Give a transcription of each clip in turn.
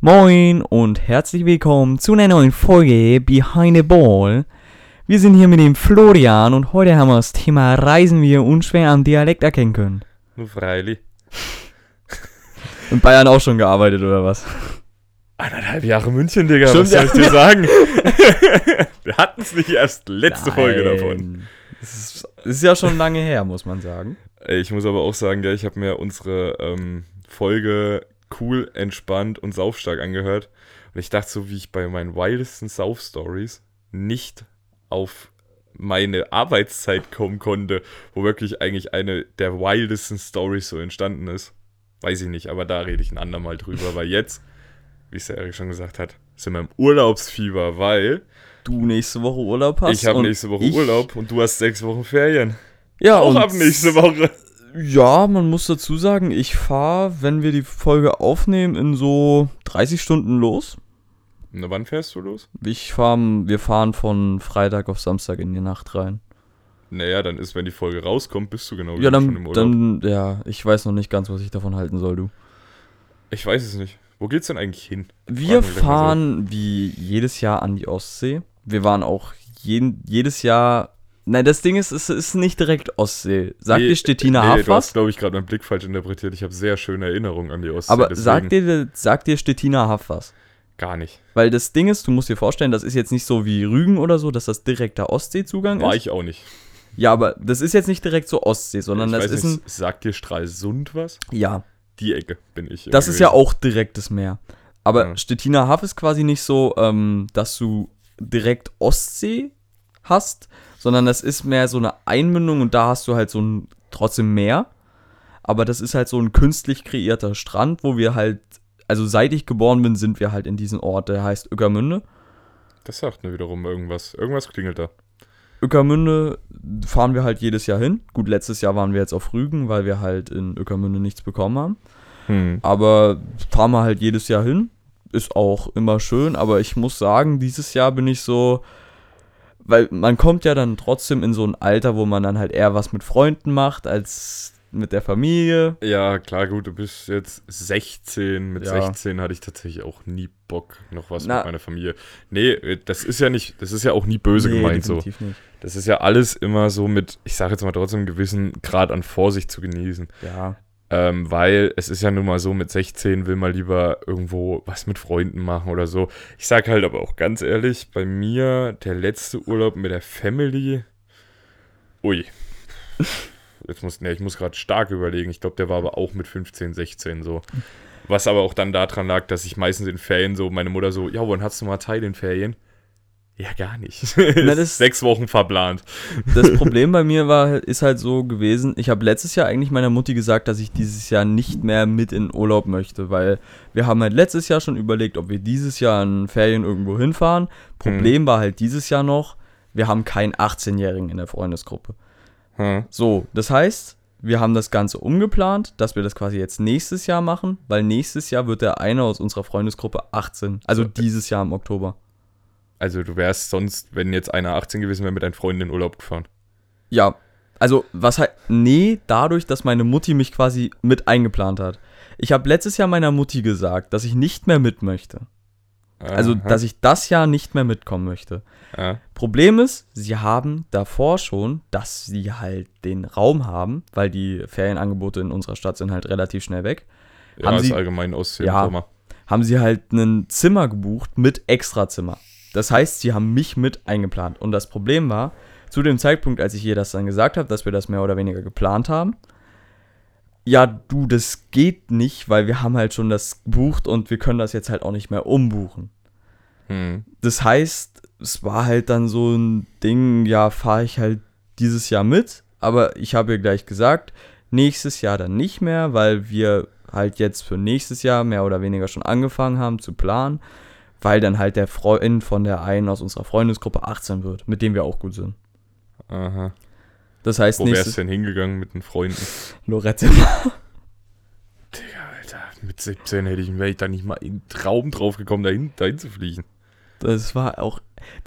Moin und herzlich willkommen zu einer neuen Folge Behind the Ball. Wir sind hier mit dem Florian und heute haben wir das Thema Reisen, wie ihr unschwer am Dialekt erkennen könnt. Nur freilich. In Bayern auch schon gearbeitet, oder was? 1,5 Jahre München, Digga, Stimmt, was soll ich dir sagen? Wir hatten es nicht erst letzte Folge davon. Das ist ja schon lange her, muss man sagen. Ich muss aber auch sagen, ich habe mir unsere Folge cool, entspannt und saufstark angehört. Und ich dachte so, wie ich bei meinen wildesten Sauf-Stories nicht auf meine Arbeitszeit kommen konnte, wo wirklich eigentlich eine der wildesten Stories so entstanden ist. Weiß ich nicht, aber da rede ich ein andermal drüber, weil jetzt, wie es der Erik schon gesagt hat, sind wir im Urlaubsfieber, weil du nächste Woche Urlaub hast. Ich habe nächste Woche Urlaub und du hast 6 Wochen Ferien. Ja, auch ab nächste Woche. Ja, man muss dazu sagen, ich fahre, wenn wir die Folge aufnehmen, in so 30 Stunden los. Na, wann fährst du los? Wir fahren von Freitag auf Samstag in die Nacht rein. Naja, dann ist, wenn die Folge rauskommt, bist du genau schon im Urlaub. Ja, ich weiß noch nicht ganz, was ich davon halten soll, du. Ich weiß es nicht. Wo geht's denn eigentlich hin? Wir fahren wie jedes Jahr an die Ostsee. Wir waren auch jedes Jahr... Nein, das Ding ist, es ist nicht direkt Ostsee. Sagt dir Stettiner Haff was? Du hast, glaube ich, gerade meinen Blick falsch interpretiert. Ich habe sehr schöne Erinnerungen an die Ostsee. Aber sagt dir Stettiner Haff was? Gar nicht. Weil das Ding ist, du musst dir vorstellen, das ist jetzt nicht so wie Rügen oder so, dass das direkter Ostseezugang ist. War ich auch nicht. Ja, aber das ist jetzt nicht direkt so Ostsee, sondern das ist ein... Sagt dir Stralsund was? Ja. Die Ecke bin ich. Das ist ja auch direktes Meer. Aber Stettiner Haff ist quasi nicht so, dass du direkt Ostsee hast, sondern das ist mehr so eine Einmündung und da hast du halt so ein trotzdem Meer. Aber das ist halt so ein künstlich kreierter Strand, wo wir halt, also seit ich geboren bin, sind wir halt in diesem Ort, der heißt Ueckermünde. Das sagt mir wiederum irgendwas. Irgendwas klingelt da. Ueckermünde fahren wir halt jedes Jahr hin. Gut, letztes Jahr waren wir jetzt auf Rügen, weil wir halt in Ueckermünde nichts bekommen haben. Aber fahren wir halt jedes Jahr hin. Ist auch immer schön, aber ich muss sagen, dieses Jahr bin ich so... Weil man kommt ja dann trotzdem in so ein Alter, wo man dann halt eher was mit Freunden macht, als mit der Familie. Ja, klar, gut, du bist jetzt 16. Mit 16 hatte ich tatsächlich auch nie Bock, noch was mit meiner Familie. Nee, das ist ja auch nie böse gemeint so. Nicht. Das ist ja alles immer so mit, ich sage jetzt mal trotzdem, einen gewissen Grad an Vorsicht zu genießen. Ja. Weil es ist ja nun mal so, mit 16 will man lieber irgendwo was mit Freunden machen oder so. Ich sag halt aber auch ganz ehrlich, bei mir der letzte Urlaub mit der Family, ich muss gerade stark überlegen. Ich glaube, der war aber auch mit 15, 16 so. Was aber auch dann daran lag, dass ich meistens in Ferien so, meine Mutter so, ja, wann hast du mal Zeit in Ferien? Ja, gar nicht. 6 Wochen verplant. Das Problem bei mir ist halt so gewesen, ich habe letztes Jahr eigentlich meiner Mutti gesagt, dass ich dieses Jahr nicht mehr mit in Urlaub möchte, weil wir haben halt letztes Jahr schon überlegt, ob wir dieses Jahr in Ferien irgendwo hinfahren. Problem war halt dieses Jahr noch, wir haben keinen 18-Jährigen in der Freundesgruppe. So, das heißt, wir haben das Ganze umgeplant, dass wir das quasi jetzt nächstes Jahr machen, weil nächstes Jahr wird der eine aus unserer Freundesgruppe 18, also dieses Jahr im Oktober. Also du wärst sonst, wenn jetzt einer 18 gewesen wäre, mit deinen Freunden in Urlaub gefahren? Ja, also dadurch, dass meine Mutti mich quasi mit eingeplant hat. Ich habe letztes Jahr meiner Mutti gesagt, dass ich nicht mehr mit möchte. Also, dass ich das Jahr nicht mehr mitkommen möchte. Problem ist, sie haben davor schon, dass sie halt den Raum haben, weil die Ferienangebote in unserer Stadt sind halt relativ schnell weg. Ja, ist allgemein Ostsee im Sommer. Haben sie halt ein Zimmer gebucht mit Extrazimmer. Das heißt, sie haben mich mit eingeplant. Und das Problem war, zu dem Zeitpunkt, als ich ihr das dann gesagt habe, dass wir das mehr oder weniger geplant haben, ja, du, das geht nicht, weil wir haben halt schon das gebucht und wir können das jetzt halt auch nicht mehr umbuchen. Das heißt, es war halt dann so ein Ding, ja, fahre ich halt dieses Jahr mit, aber ich habe ihr gleich gesagt, nächstes Jahr dann nicht mehr, weil wir halt jetzt für nächstes Jahr mehr oder weniger schon angefangen haben zu planen, weil dann halt der Freund von der einen aus unserer Freundesgruppe 18 wird, mit dem wir auch gut sind. Aha. Das heißt, wo wärst du denn hingegangen mit den Freunden? Lorette. Digga, Alter, mit 17 wäre ich da nicht mal in Traum drauf gekommen, dahin zu fliegen. Das war auch,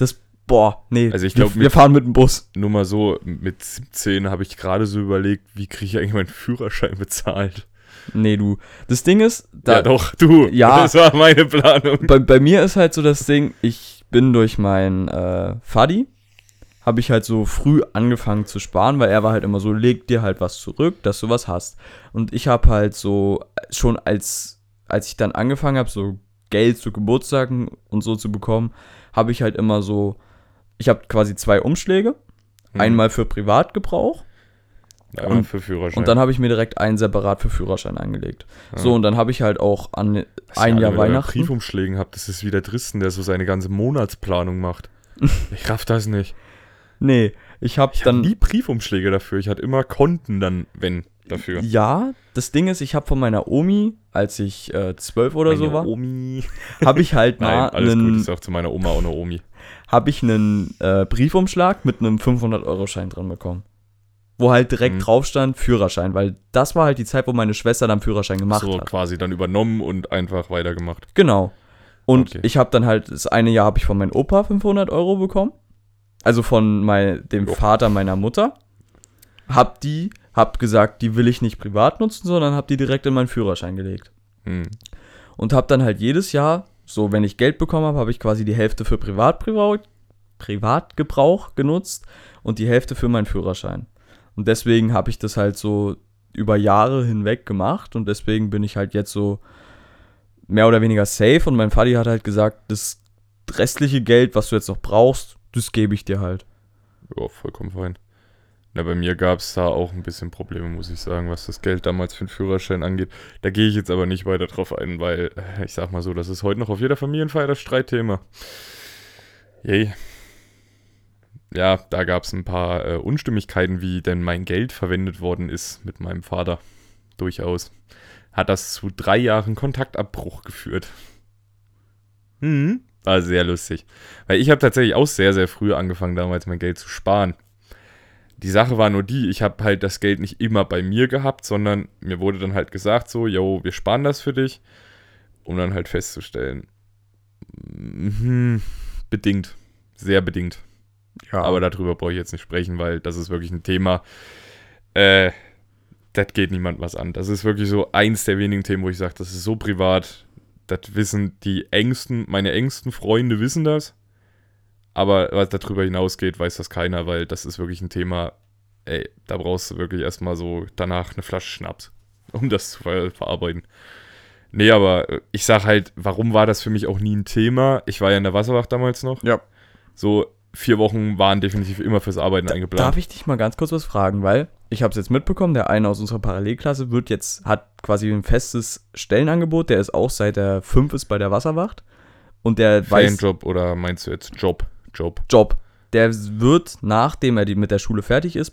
Also ich glaube, wir fahren mit dem Bus. Nur mal so, mit 17 habe ich gerade so überlegt, wie kriege ich eigentlich meinen Führerschein bezahlt? Nee, du. Das Ding ist, Ja, doch, du. Ja. Das war meine Planung. bei mir ist halt so das Ding, ich bin durch meinen Vati, habe ich halt so früh angefangen zu sparen, weil er war halt immer so, leg dir halt was zurück, dass du was hast. Und ich habe halt so, schon als ich dann angefangen habe, so Geld zu Geburtstagen und so zu bekommen, habe ich halt immer so, ich habe quasi 2 Umschläge, einmal für Privatgebrauch Einmal für Führerschein. und dann habe ich mir direkt einen separat für Führerschein angelegt. So, und dann habe ich halt auch an ein Jahr Weihnachten. Briefumschlägen habt, das ist wie der Dristen, der so seine ganze Monatsplanung macht. Ich raff das nicht. Nee, ich habe Ich dann... hatte nie Briefumschläge dafür. Ich hatte immer Konten dann, wenn, dafür. Ja, das Ding ist, ich habe von meiner Omi, als ich 12 oder so war, Omi. habe ich halt Nein, mal alles gut, ich sag zu meiner Oma auch eine Omi. habe ich einen Briefumschlag mit einem 500-Euro-Schein drin bekommen. Wo halt direkt drauf stand, Führerschein, weil das war halt die Zeit, wo meine Schwester dann Führerschein gemacht So hat. quasi dann übernommen und einfach weitergemacht. Genau. Und Okay. ich habe dann halt, das eine Jahr habe ich von meinem Opa 500 Euro bekommen. Also von dem Vater meiner Mutter. Hab gesagt, die will ich nicht privat nutzen, sondern hab die direkt in meinen Führerschein gelegt. Und hab dann halt jedes Jahr, so wenn ich Geld bekommen habe, habe ich quasi die Hälfte für Privatgebrauch genutzt und die Hälfte für meinen Führerschein. Und deswegen habe ich das halt so über Jahre hinweg gemacht und deswegen bin ich halt jetzt so mehr oder weniger safe und mein Vati hat halt gesagt, das restliche Geld, was du jetzt noch brauchst, das gebe ich dir halt. Ja, vollkommen fein. Na, bei mir gab es da auch ein bisschen Probleme, muss ich sagen, was das Geld damals für den Führerschein angeht. Da gehe ich jetzt aber nicht weiter drauf ein, weil, ich sag mal so, das ist heute noch auf jeder Familienfeier das Streitthema. Yay. Ja, da gab es ein paar Unstimmigkeiten, wie denn mein Geld verwendet worden ist mit meinem Vater. Durchaus. Hat das zu 3 Jahren Kontaktabbruch geführt. War sehr lustig. Weil ich habe tatsächlich auch sehr, sehr früh angefangen, damals mein Geld zu sparen. Die Sache war nur die, ich habe halt das Geld nicht immer bei mir gehabt, sondern mir wurde dann halt gesagt so, yo, wir sparen das für dich, um dann halt festzustellen, bedingt, sehr bedingt. Ja. Aber darüber brauche ich jetzt nicht sprechen, weil das ist wirklich ein Thema, das geht niemand was an. Das ist wirklich so eins der wenigen Themen, wo ich sage, das ist so privat, das wissen meine engsten Freunde wissen das. Aber was darüber hinausgeht, weiß das keiner, weil das ist wirklich ein Thema, da brauchst du wirklich erstmal so danach eine Flasche Schnaps, um das zu verarbeiten. Nee, aber ich sag halt, warum war das für mich auch nie ein Thema? Ich war ja in der Wasserwacht damals noch. Ja. So 4 Wochen waren definitiv immer fürs Arbeiten eingeplant. Darf ich dich mal ganz kurz was fragen, weil ich habe es jetzt mitbekommen, der eine aus unserer Parallelklasse hat quasi ein festes Stellenangebot, der ist auch seit der 5 ist bei der Wasserwacht und der Fanjob oder meinst du jetzt Job? Der wird, nachdem er mit der Schule fertig ist,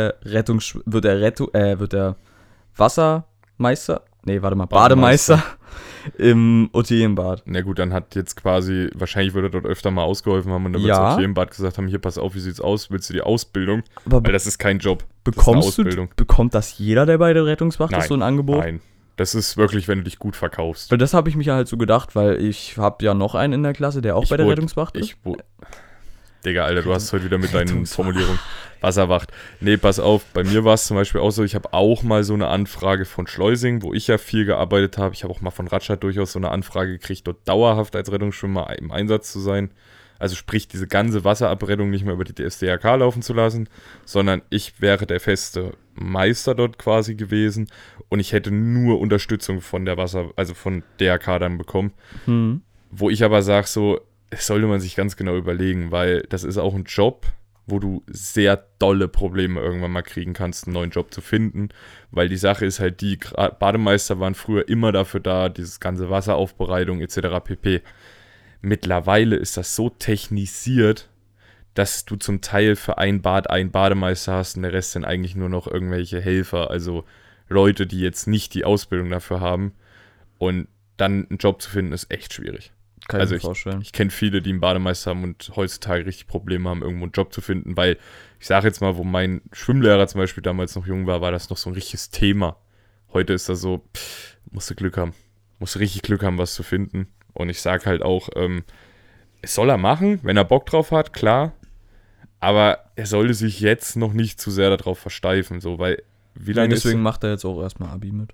wird er Wassermeister, Bademeister im Otilienbad. Na gut, dann hat jetzt quasi, wahrscheinlich würde er dort öfter mal ausgeholfen haben und dann wird Ja. es Otilienbad gesagt haben, hier, pass auf, wie sieht's aus, willst du die Ausbildung? Aber Weil das ist kein Job, das ist eine Ausbildung. bekommt das jeder, der bei der Rettungswacht Nein, ist, so ein Angebot? Nein, das ist wirklich, wenn du dich gut verkaufst. Weil das habe ich mich halt so gedacht, weil ich habe ja noch einen in der Klasse, der auch bei der Rettungswacht ist. Digga, Alter, du hast heute wieder mit deinen Rettungswacht. Formulierungen Wasserwacht. Nee, pass auf, bei mir war es zum Beispiel auch so, ich habe auch mal so eine Anfrage von Schleusing, wo ich ja viel gearbeitet habe. Ich habe auch mal von Radstadt durchaus so eine Anfrage gekriegt, dort dauerhaft als Rettungsschwimmer im Einsatz zu sein. Also sprich, diese ganze Wasserabrettung nicht mehr über die DSDRK laufen zu lassen, sondern ich wäre der feste Meister dort quasi gewesen und ich hätte nur Unterstützung von der von DRK dann bekommen. Wo ich aber sage so, das sollte man sich ganz genau überlegen, weil das ist auch ein Job, wo du sehr dolle Probleme irgendwann mal kriegen kannst, einen neuen Job zu finden, weil die Sache ist halt die, Bademeister waren früher immer dafür da, dieses ganze Wasseraufbereitung etc. pp. Mittlerweile ist das so technisiert, dass du zum Teil für ein Bad einen Bademeister hast und der Rest sind eigentlich nur noch irgendwelche Helfer, also Leute, die jetzt nicht die Ausbildung dafür haben und dann einen Job zu finden, ist echt schwierig. Kann ich mir vorstellen. Ich kenne viele, die einen Bademeister haben und heutzutage richtig Probleme haben, irgendwo einen Job zu finden, weil ich sage jetzt mal, wo mein Schwimmlehrer zum Beispiel damals noch jung war, war das noch so ein richtiges Thema. Heute ist das so, musst du Glück haben. Musst du richtig Glück haben, was zu finden. Und ich sage halt auch, es soll er machen, wenn er Bock drauf hat, klar. Aber er sollte sich jetzt noch nicht zu sehr darauf versteifen, so, weil wie lange Deswegen macht er jetzt auch erstmal Abi mit.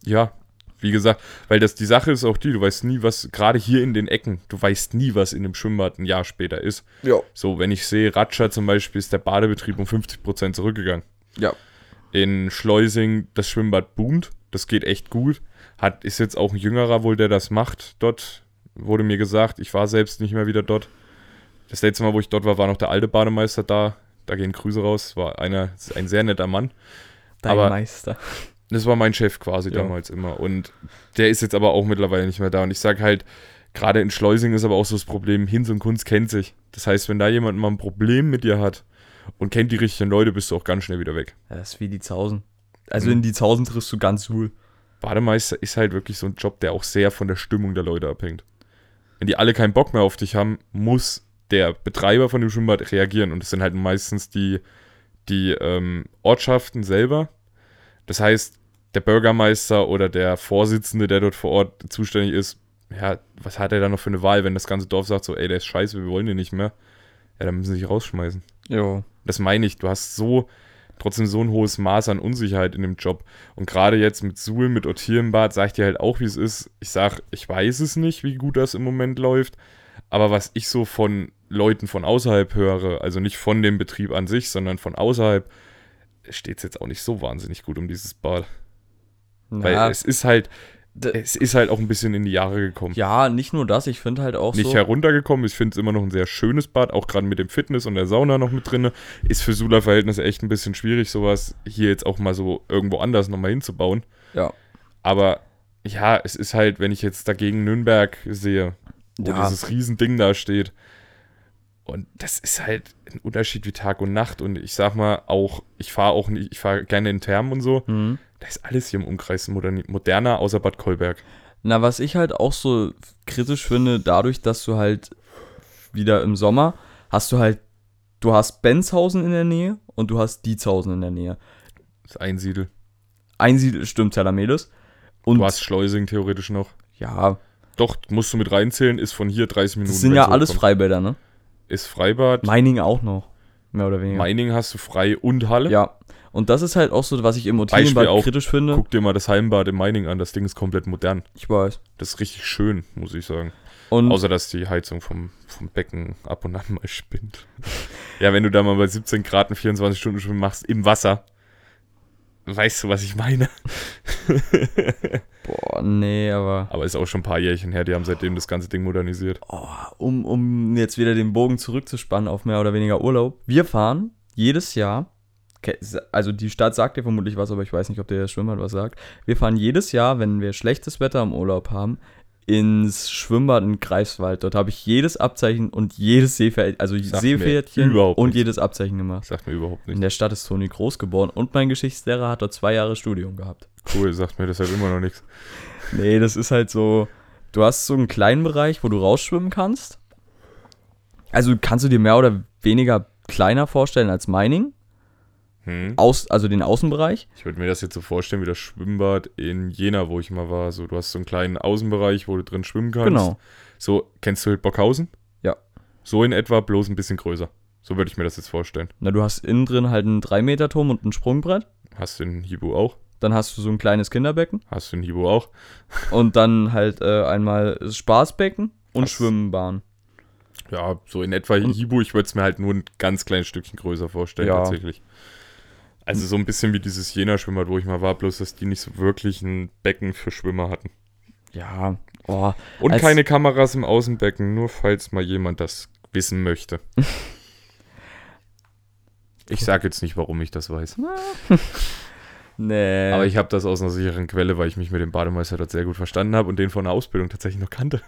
Ja, wie gesagt, weil die Sache ist auch die, du weißt nie, was, gerade hier in den Ecken, du weißt nie, was in dem Schwimmbad ein Jahr später ist. Ja. So, wenn ich sehe, Ratscha zum Beispiel, ist der Badebetrieb um 50% zurückgegangen. Ja. In Schleusing, das Schwimmbad boomt, das geht echt gut. Ist jetzt auch ein Jüngerer wohl, der das macht dort, wurde mir gesagt. Ich war selbst nicht mehr wieder dort. Das letzte Mal, wo ich dort war, war noch der alte Bademeister da. Da gehen Grüße raus. War ein sehr netter Mann. Dein Aber Meister. das war mein Chef quasi damals immer. Und der ist jetzt aber auch mittlerweile nicht mehr da. Und ich sage halt, gerade in Schleusing ist aber auch so das Problem, Hinz und Kunz kennt sich. Das heißt, wenn da jemand mal ein Problem mit dir hat und kennt die richtigen Leute, bist du auch ganz schnell wieder weg. Ja, das ist wie die Zausen. Also in die Zausen triffst du ganz cool. Bademeister ist halt wirklich so ein Job, der auch sehr von der Stimmung der Leute abhängt. Wenn die alle keinen Bock mehr auf dich haben, muss der Betreiber von dem Schwimmbad reagieren. Und das sind halt meistens die Ortschaften selber. Das heißt, der Bürgermeister oder der Vorsitzende, der dort vor Ort zuständig ist, ja, was hat er da noch für eine Wahl, wenn das ganze Dorf sagt so, ey, der ist scheiße, wir wollen den nicht mehr. Ja, dann müssen sie sich rausschmeißen. Jo. Das meine ich, du hast trotzdem so ein hohes Maß an Unsicherheit in dem Job. Und gerade jetzt mit Suhl, mit Otir im Bad, sag ich dir halt auch, wie es ist. Ich weiß es nicht, wie gut das im Moment läuft. Aber was ich so von Leuten von außerhalb höre, also nicht von dem Betrieb an sich, sondern von außerhalb, steht es jetzt auch nicht so wahnsinnig gut um dieses Bad. Na, Weil es ist halt auch ein bisschen in die Jahre gekommen. ja, nicht nur das, ich finde halt auch Nicht so. heruntergekommen. Ich finde es immer noch ein sehr schönes Bad, auch gerade mit dem Fitness und der Sauna noch mit drin. Ist für Sula-Verhältnisse echt ein bisschen schwierig, sowas hier jetzt auch mal so irgendwo anders nochmal hinzubauen. Ja. Aber ja, es ist halt, wenn ich jetzt dagegen Nürnberg sehe, wo Ja. dieses Riesending da steht, und das ist halt ein Unterschied wie Tag und Nacht. Und ich sag mal auch, ich fahre gerne in Thermen und so. Mhm. Da ist alles hier im Umkreis moderner, außer Bad Kolberg. Na, was ich halt auch so kritisch finde, dadurch, dass du halt wieder im Sommer du hast Benzhausen in der Nähe und du hast Dietzhausen in der Nähe. Das Einsiedel. Einsiedel stimmt Zerlamedes. Und Du hast Schleusing theoretisch noch. ja, Doch, musst du mit reinzählen, ist von hier 30 Minuten. das sind wenn's ja alles hochkommt. Freibäder, ne? Ist Freibad. Meiningen auch noch, mehr oder weniger. Meiningen hast du frei und Halle. Ja, und das ist halt auch so, was ich im Beispiel Ottilienbad auch, kritisch finde. Guck dir mal das Heimbad in Meiningen an, das Ding ist komplett modern. Ich weiß. Das ist richtig schön, muss ich sagen. Und Außer, dass die Heizung vom Becken ab und an mal spinnt. Ja, wenn du da mal bei 17 Grad einen 24-Stunden-Schwimmen machst im Wasser, weißt du, was ich meine? boah, nee, aber Aber ist auch schon ein paar Jährchen her, die haben seitdem das ganze Ding modernisiert. um jetzt wieder den Bogen zurückzuspannen auf mehr oder weniger Urlaub. Wir fahren jedes Jahr, also die Stadt sagt dir vermutlich was, aber ich weiß nicht, ob der Schwimmbad was sagt. Wir fahren jedes Jahr, wenn wir schlechtes Wetter im Urlaub haben, ins Schwimmbad in Greifswald. Dort habe ich jedes Abzeichen und jedes Seepferdchen überhaupt und nichts. jedes Abzeichen gemacht. Sagt mir überhaupt In nicht. der Stadt ist Toni groß geboren und mein Geschichtslehrer hat dort 2 Jahre Studium gehabt. Cool, sagt mir deshalb immer noch nichts. Nee, das ist halt so, du hast so einen kleinen Bereich, wo du rausschwimmen kannst. Also kannst du dir mehr oder weniger kleiner vorstellen als Meiningen, also den Außenbereich. Ich würde mir das jetzt so vorstellen wie das Schwimmbad in Jena, wo ich mal war. So, du hast so einen kleinen Außenbereich, wo du drin schwimmen kannst. Genau. So, kennst du Hildburghausen? Ja. So in etwa, bloß ein bisschen größer. So würde ich mir das jetzt vorstellen. Na, du hast innen drin halt einen 3-Meter-Turm und ein Sprungbrett. Hast du in Hibu auch? Dann hast du so ein kleines Kinderbecken Hast du in Hibu auch? und dann halt einmal das Spaßbecken und Schwimmbahn. Ja, so in etwa Hibu. Ich würde es mir halt nur ein ganz kleines Stückchen größer vorstellen, Ja. tatsächlich. Also so ein bisschen wie dieses Jena-Schwimmbad, wo ich mal war, bloß dass die nicht so wirklich ein Becken für Schwimmer hatten. Ja, oh. Und Als- keine Kameras im Außenbecken, nur falls mal jemand das wissen möchte. Ich sage jetzt nicht, warum ich das weiß. Nee. Aber ich habe das aus einer sicheren Quelle, weil ich mich mit dem Bademeister dort sehr gut verstanden habe und den von der Ausbildung tatsächlich noch kannte.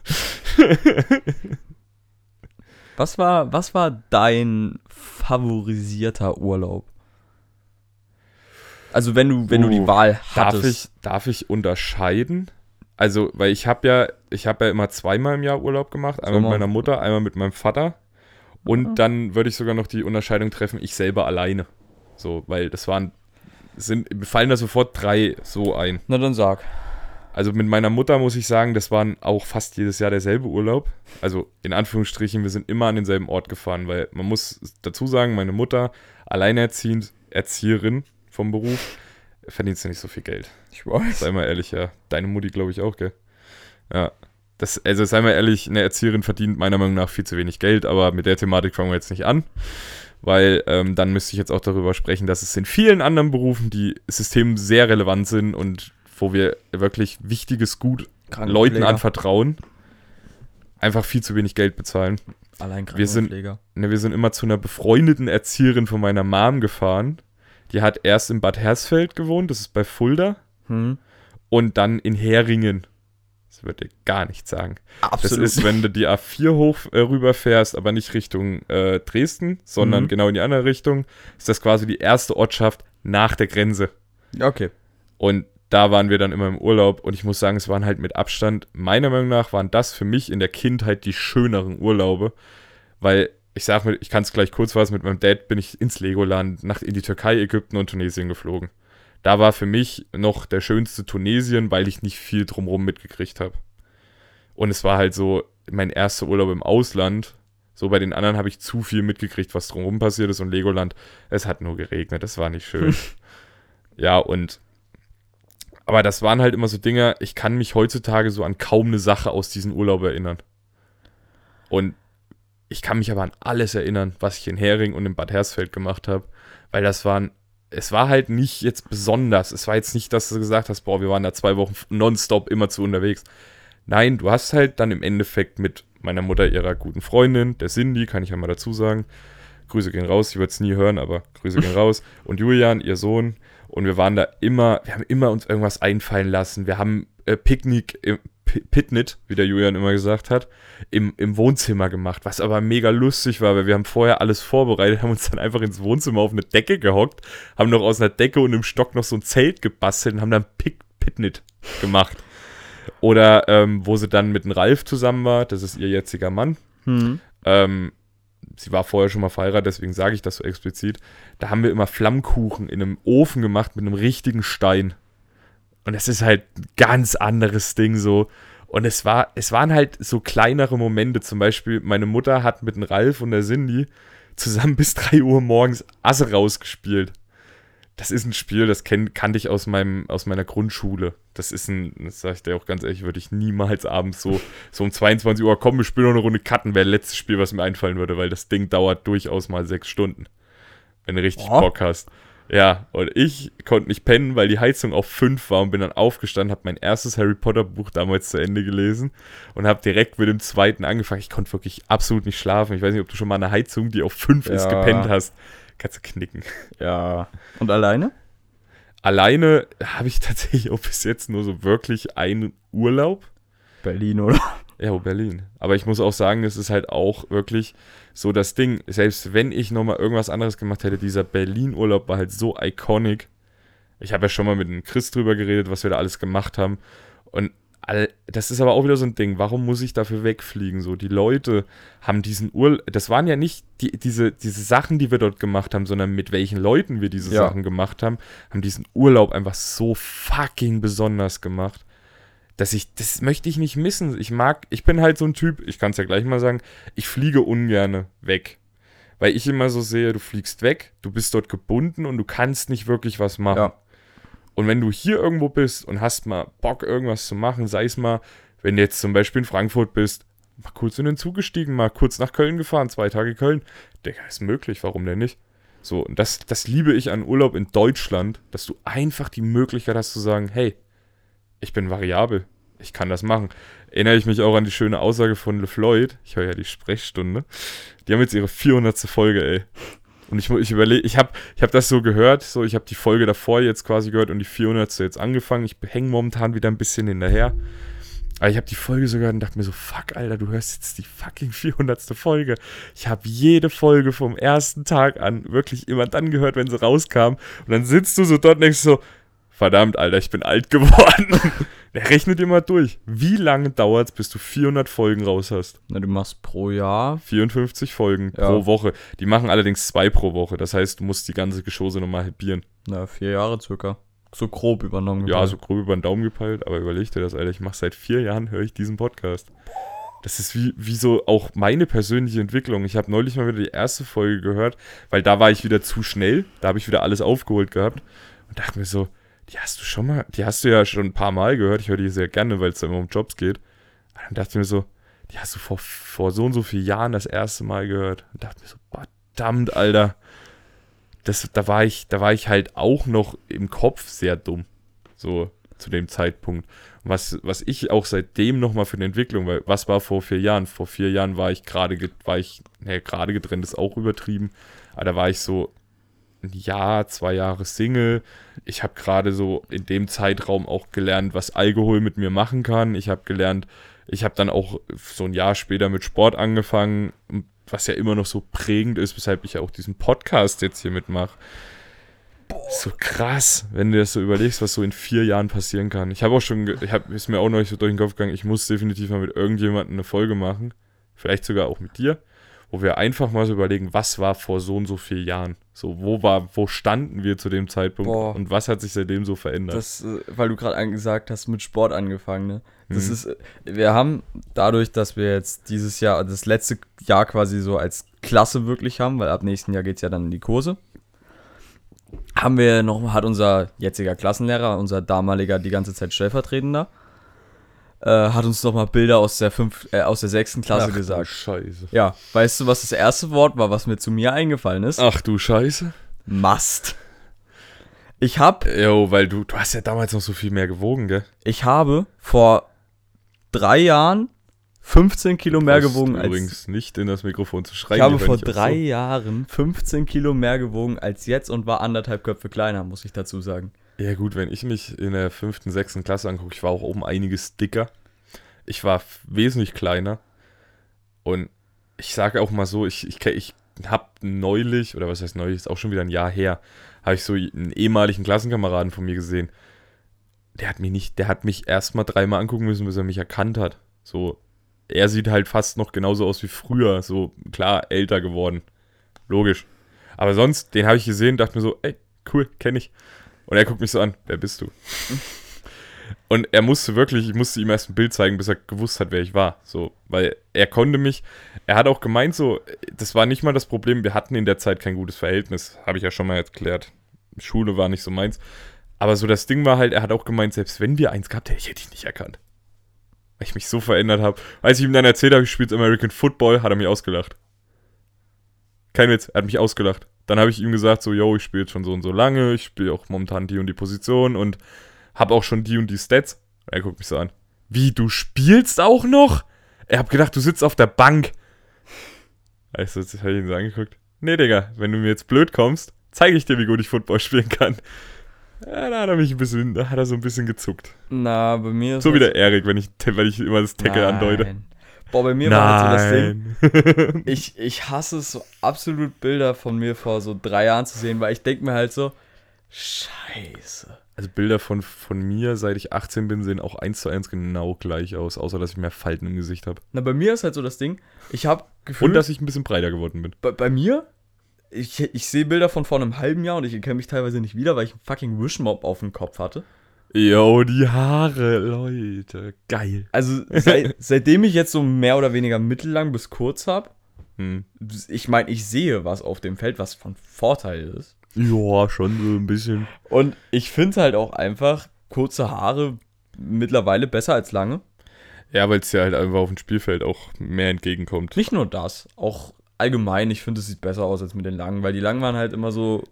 Was war dein favorisierter Urlaub? Also wenn du die Wahl hattest. Darf ich unterscheiden? Also, weil ich habe ja immer 2-mal im Jahr Urlaub gemacht. Einmal Sommer. mit meiner Mutter, einmal mit meinem Vater. Und dann würde ich sogar noch die Unterscheidung treffen, ich selber alleine. So, weil mir fallen da sofort 3 so ein. Na dann sag. Also mit meiner Mutter muss ich sagen, das waren auch fast jedes Jahr derselbe Urlaub. Also in Anführungsstrichen, wir sind immer an denselben Ort gefahren, weil man muss dazu sagen, meine Mutter, alleinerziehend, Erzieherin vom Beruf, verdienst du nicht so viel Geld. Ich weiß. Sei mal ehrlich, ja. Deine Mutti, glaube ich, auch, gell? Ja. Also sei mal ehrlich, eine Erzieherin verdient meiner Meinung nach viel zu wenig Geld, aber mit der Thematik fangen wir jetzt nicht an, weil dann müsste ich jetzt auch darüber sprechen, dass es in vielen anderen Berufen, die System sehr relevant sind und wo wir wirklich wichtiges Gut Leuten anvertrauen, einfach viel zu wenig Geld bezahlen. Allein Krankenpfleger. Wir sind immer zu einer befreundeten Erzieherin von meiner Mom gefahren. Die hat erst in Bad Hersfeld gewohnt, das ist bei Fulda, und dann in Heringen. Das würde dir gar nichts sagen. Absolut. Das ist, wenn du die A4 rüberfährst, aber nicht Richtung Dresden, sondern genau in die andere Richtung, ist das quasi die erste Ortschaft nach der Grenze. Okay. Und da waren wir dann immer im Urlaub und ich muss sagen, es waren halt mit Abstand, meiner Meinung nach, waren das für mich in der Kindheit die schöneren Urlaube, weil ich kann es gleich kurz fassen, mit meinem Dad bin ich ins Legoland, in die Türkei, Ägypten und Tunesien geflogen. Da war für mich noch der schönste Tunesien, weil ich nicht viel drumherum mitgekriegt habe. Und es war halt so mein erster Urlaub im Ausland. So bei den anderen habe ich zu viel mitgekriegt, was drumherum passiert ist. Und Legoland, es hat nur geregnet, das war nicht schön. Ja, aber das waren halt immer so Dinge, ich kann mich heutzutage so an kaum eine Sache aus diesem Urlaub erinnern. Und ich kann mich aber an alles erinnern, was ich in Hering und in Bad Hersfeld gemacht habe. Weil es war halt nicht jetzt besonders. Es war jetzt nicht, dass du gesagt hast, boah, wir waren da 2 Wochen nonstop immer zu unterwegs. Nein, du hast halt dann im Endeffekt mit meiner Mutter, ihrer guten Freundin, der Cindy, kann ich ja mal dazu sagen. Grüße gehen raus, ich würde es nie hören, aber Grüße gehen raus. Und Julian, ihr Sohn. Und wir haben immer uns irgendwas einfallen lassen. Wir haben Picknick, Pitnit, wie der Julian immer gesagt hat, im Wohnzimmer gemacht, was aber mega lustig war, weil wir haben vorher alles vorbereitet, haben uns dann einfach ins Wohnzimmer auf eine Decke gehockt, haben noch aus einer Decke und einem Stock noch so ein Zelt gebastelt und haben dann Pitnit gemacht. Oder wo sie dann mit dem Ralf zusammen war, das ist ihr jetziger Mann. Sie war vorher schon mal verheiratet, deswegen sage ich das so explizit. Da haben wir immer Flammkuchen in einem Ofen gemacht mit einem richtigen Stein. Und es ist halt ein ganz anderes Ding so. Und es waren halt so kleinere Momente. Zum Beispiel, meine Mutter hat mit dem Ralf und der Cindy zusammen bis 3 Uhr morgens Asse rausgespielt. Das ist ein Spiel, das kannte ich aus meiner Grundschule. Das sage ich dir auch ganz ehrlich, würde ich niemals abends so um 22 Uhr, komm, wir spielen noch eine Runde Karten, wäre das letzte Spiel, was mir einfallen würde, weil das Ding dauert durchaus mal 6 Stunden. Wenn du richtig Bock hast. Ja, und ich konnte nicht pennen, weil die Heizung auf 5 war und bin dann aufgestanden, habe mein erstes Harry Potter Buch damals zu Ende gelesen und habe direkt mit dem zweiten angefangen. Ich konnte wirklich absolut nicht schlafen. Ich weiß nicht, ob du schon mal eine Heizung, die auf 5 ist, gepennt hast. Kannst du knicken. Ja. Und alleine? Alleine habe ich tatsächlich auch bis jetzt nur so wirklich einen Urlaub. Berlin, oder? Ja, Berlin. Aber ich muss auch sagen, das ist halt auch wirklich so das Ding. Selbst wenn ich nochmal irgendwas anderes gemacht hätte, dieser Berlin-Urlaub war halt so iconic. Ich habe ja schon mal mit dem Chris drüber geredet, was wir da alles gemacht haben. Und das ist aber auch wieder so ein Ding. Warum muss ich dafür wegfliegen? So, die Leute haben diesen Urlaub. Das waren ja nicht diese Sachen, die wir dort gemacht haben, sondern mit welchen Leuten wir diese Sachen gemacht haben diesen Urlaub einfach so fucking besonders gemacht. Das möchte ich nicht missen. Ich bin halt so ein Typ, ich kann es ja gleich mal sagen, ich fliege ungerne weg. Weil ich immer so sehe, du fliegst weg, du bist dort gebunden und du kannst nicht wirklich was machen. Ja. Und wenn du hier irgendwo bist und hast mal Bock, irgendwas zu machen, sei es mal, wenn du jetzt zum Beispiel in Frankfurt bist, mal kurz in den Zug gestiegen, mal kurz nach Köln gefahren, 2 Tage Köln, Digga, ist möglich, warum denn nicht? So, und das liebe ich an Urlaub in Deutschland, dass du einfach die Möglichkeit hast zu sagen, hey, ich bin variabel, ich kann das machen. Erinnere ich mich auch an die schöne Aussage von LeFloid, ich höre ja die Sprechstunde, die haben jetzt ihre 400. Folge, ey. Und ich überlege, ich hab das so gehört, so ich habe die Folge davor jetzt quasi gehört und die 400. jetzt angefangen. Ich hänge momentan wieder ein bisschen hinterher. Aber ich habe die Folge so gehört und dachte mir so, fuck, Alter, du hörst jetzt die fucking 400. Folge. Ich habe jede Folge vom ersten Tag an wirklich immer dann gehört, wenn sie rauskam. Und dann sitzt du so dort und denkst so, verdammt, Alter, ich bin alt geworden. Der rechnet dir mal durch. Wie lange dauert es, bis du 400 Folgen raus hast? Na, du machst pro Jahr 54 Folgen pro Woche. Die machen allerdings 2 pro Woche. Das heißt, du musst die ganze Geschosse nochmal halbieren. Na, 4 Jahre circa. So grob übernommen. Ja, so grob über den Daumen gepeilt. Aber überleg dir das, Alter. Ich mache seit 4 Jahren, höre ich diesen Podcast. Das ist wie so auch meine persönliche Entwicklung. Ich habe neulich mal wieder die erste Folge gehört, weil da war ich wieder zu schnell. Da habe ich wieder alles aufgeholt gehabt. Und dachte mir so, die hast du ja schon ein paar Mal gehört. Ich höre die sehr gerne, weil es da immer um Jobs geht. Und dann dachte ich mir so, die hast du vor so und so vielen Jahren das erste Mal gehört. Und dachte mir so, verdammt, Alter. Da war ich halt auch noch im Kopf sehr dumm. So zu dem Zeitpunkt. Und was ich auch seitdem nochmal für eine Entwicklung, weil was war vor 4 Jahren? Vor 4 Jahren war ich gerade getrennt, ist auch übertrieben. Aber da war ich so ein Jahr, 2 Jahre Single. Ich habe gerade so in dem Zeitraum auch gelernt, was Alkohol mit mir machen kann. Ich habe dann auch so ein Jahr später mit Sport angefangen, was ja immer noch so prägend ist, weshalb ich ja auch diesen Podcast jetzt hier mitmache. So krass, wenn du das so überlegst, was so in 4 Jahren passieren kann. Ist mir auch noch nicht so durch den Kopf gegangen, ich muss definitiv mal mit irgendjemandem eine Folge machen, vielleicht sogar auch mit dir, wo wir einfach mal so überlegen, was war vor so und so 4 Jahren? So, wo standen wir zu dem Zeitpunkt und was hat sich seitdem so verändert? Das, weil du gerade gesagt hast, mit Sport angefangen, ne? Das ist, wir haben dadurch, dass wir jetzt dieses Jahr, das letzte Jahr quasi so als Klasse wirklich haben, weil ab nächsten Jahr geht es ja dann in die Kurse, hat unser jetziger Klassenlehrer, unser damaliger die ganze Zeit Stellvertretender, hat uns nochmal Bilder aus der 6. Klasse gesagt. Ach du Scheiße. Ja, weißt du, was das erste Wort war, was mir zu mir eingefallen ist? Ach du Scheiße. Mast. Weil du hast ja damals noch so viel mehr gewogen, gell? Ich habe vor 3 Jahren 15 Kilo mehr gewogen als... Übrigens nicht in das Mikrofon zu schreien. Ich habe vor 3 Jahren 15 Kilo mehr gewogen als jetzt und war 1,5 Köpfe kleiner, muss ich dazu sagen. Ja gut, wenn ich mich in der 5., 6. Klasse angucke, ich war auch oben einiges dicker. Ich war wesentlich kleiner. Und ich sage auch mal so, ich habe neulich, oder was heißt neulich, ist auch schon wieder ein Jahr her, habe ich so einen ehemaligen Klassenkameraden von mir gesehen. Der hat mich erstmal 3-mal angucken müssen, bis er mich erkannt hat. So, er sieht halt fast noch genauso aus wie früher. So, klar, älter geworden. Logisch. Aber sonst, den habe ich gesehen, dachte mir so, ey, cool, kenne ich. Und er guckt mich so an, wer bist du? Und ich musste ihm erst ein Bild zeigen, bis er gewusst hat, wer ich war. So, weil er hat auch gemeint so, das war nicht mal das Problem, wir hatten in der Zeit kein gutes Verhältnis, habe ich ja schon mal erklärt. Schule war nicht so meins. Aber so das Ding war halt, er hat auch gemeint, selbst wenn wir eins gehabt hätten, ich hätte dich nicht erkannt. Weil ich mich so verändert habe. Als ich ihm dann erzählt habe, ich spiele American Football, hat er mich ausgelacht. Kein Witz, er hat mich ausgelacht. Dann habe ich ihm gesagt, so, yo, ich spiele jetzt schon so und so lange, ich spiele auch momentan die und die Position und habe auch schon die und die Stats. Er guckt mich so an. Wie, du spielst auch noch? Er hat gedacht, du sitzt auf der Bank. Also, jetzt habe ich ihn so angeguckt. Nee, Digga, wenn du mir jetzt blöd kommst, zeige ich dir, wie gut ich Football spielen kann. Ja, da hat er so ein bisschen gezuckt. Na, bei mir ist so wie der Erik, wenn ich immer das Tackle andeute. Boah, bei mir war halt so das Ding. Ich hasse es so absolut, Bilder von mir vor so 3 Jahren zu sehen, weil ich denke mir halt so, Scheiße. Also Bilder von mir, seit ich 18 bin, sehen auch 1:1 genau gleich aus, außer dass ich mehr Falten im Gesicht habe. Na, bei mir ist halt so das Ding, ich habe Gefühl... Und dass ich ein bisschen breiter geworden bin. Bei mir, ich sehe Bilder von vor einem halben Jahr und ich erkenne mich teilweise nicht wieder, weil ich einen fucking Wishmob auf dem Kopf hatte. Yo, die Haare, Leute, geil. Also seitdem ich jetzt so mehr oder weniger mittellang bis kurz habe, ich meine, ich sehe was auf dem Feld, was von Vorteil ist. Ja, schon so ein bisschen. Und ich finde halt auch einfach kurze Haare mittlerweile besser als lange. Ja, weil es ja halt einfach auf dem Spielfeld auch mehr entgegenkommt. Nicht nur das, auch allgemein, ich finde, es sieht besser aus als mit den langen, weil die langen waren halt immer so...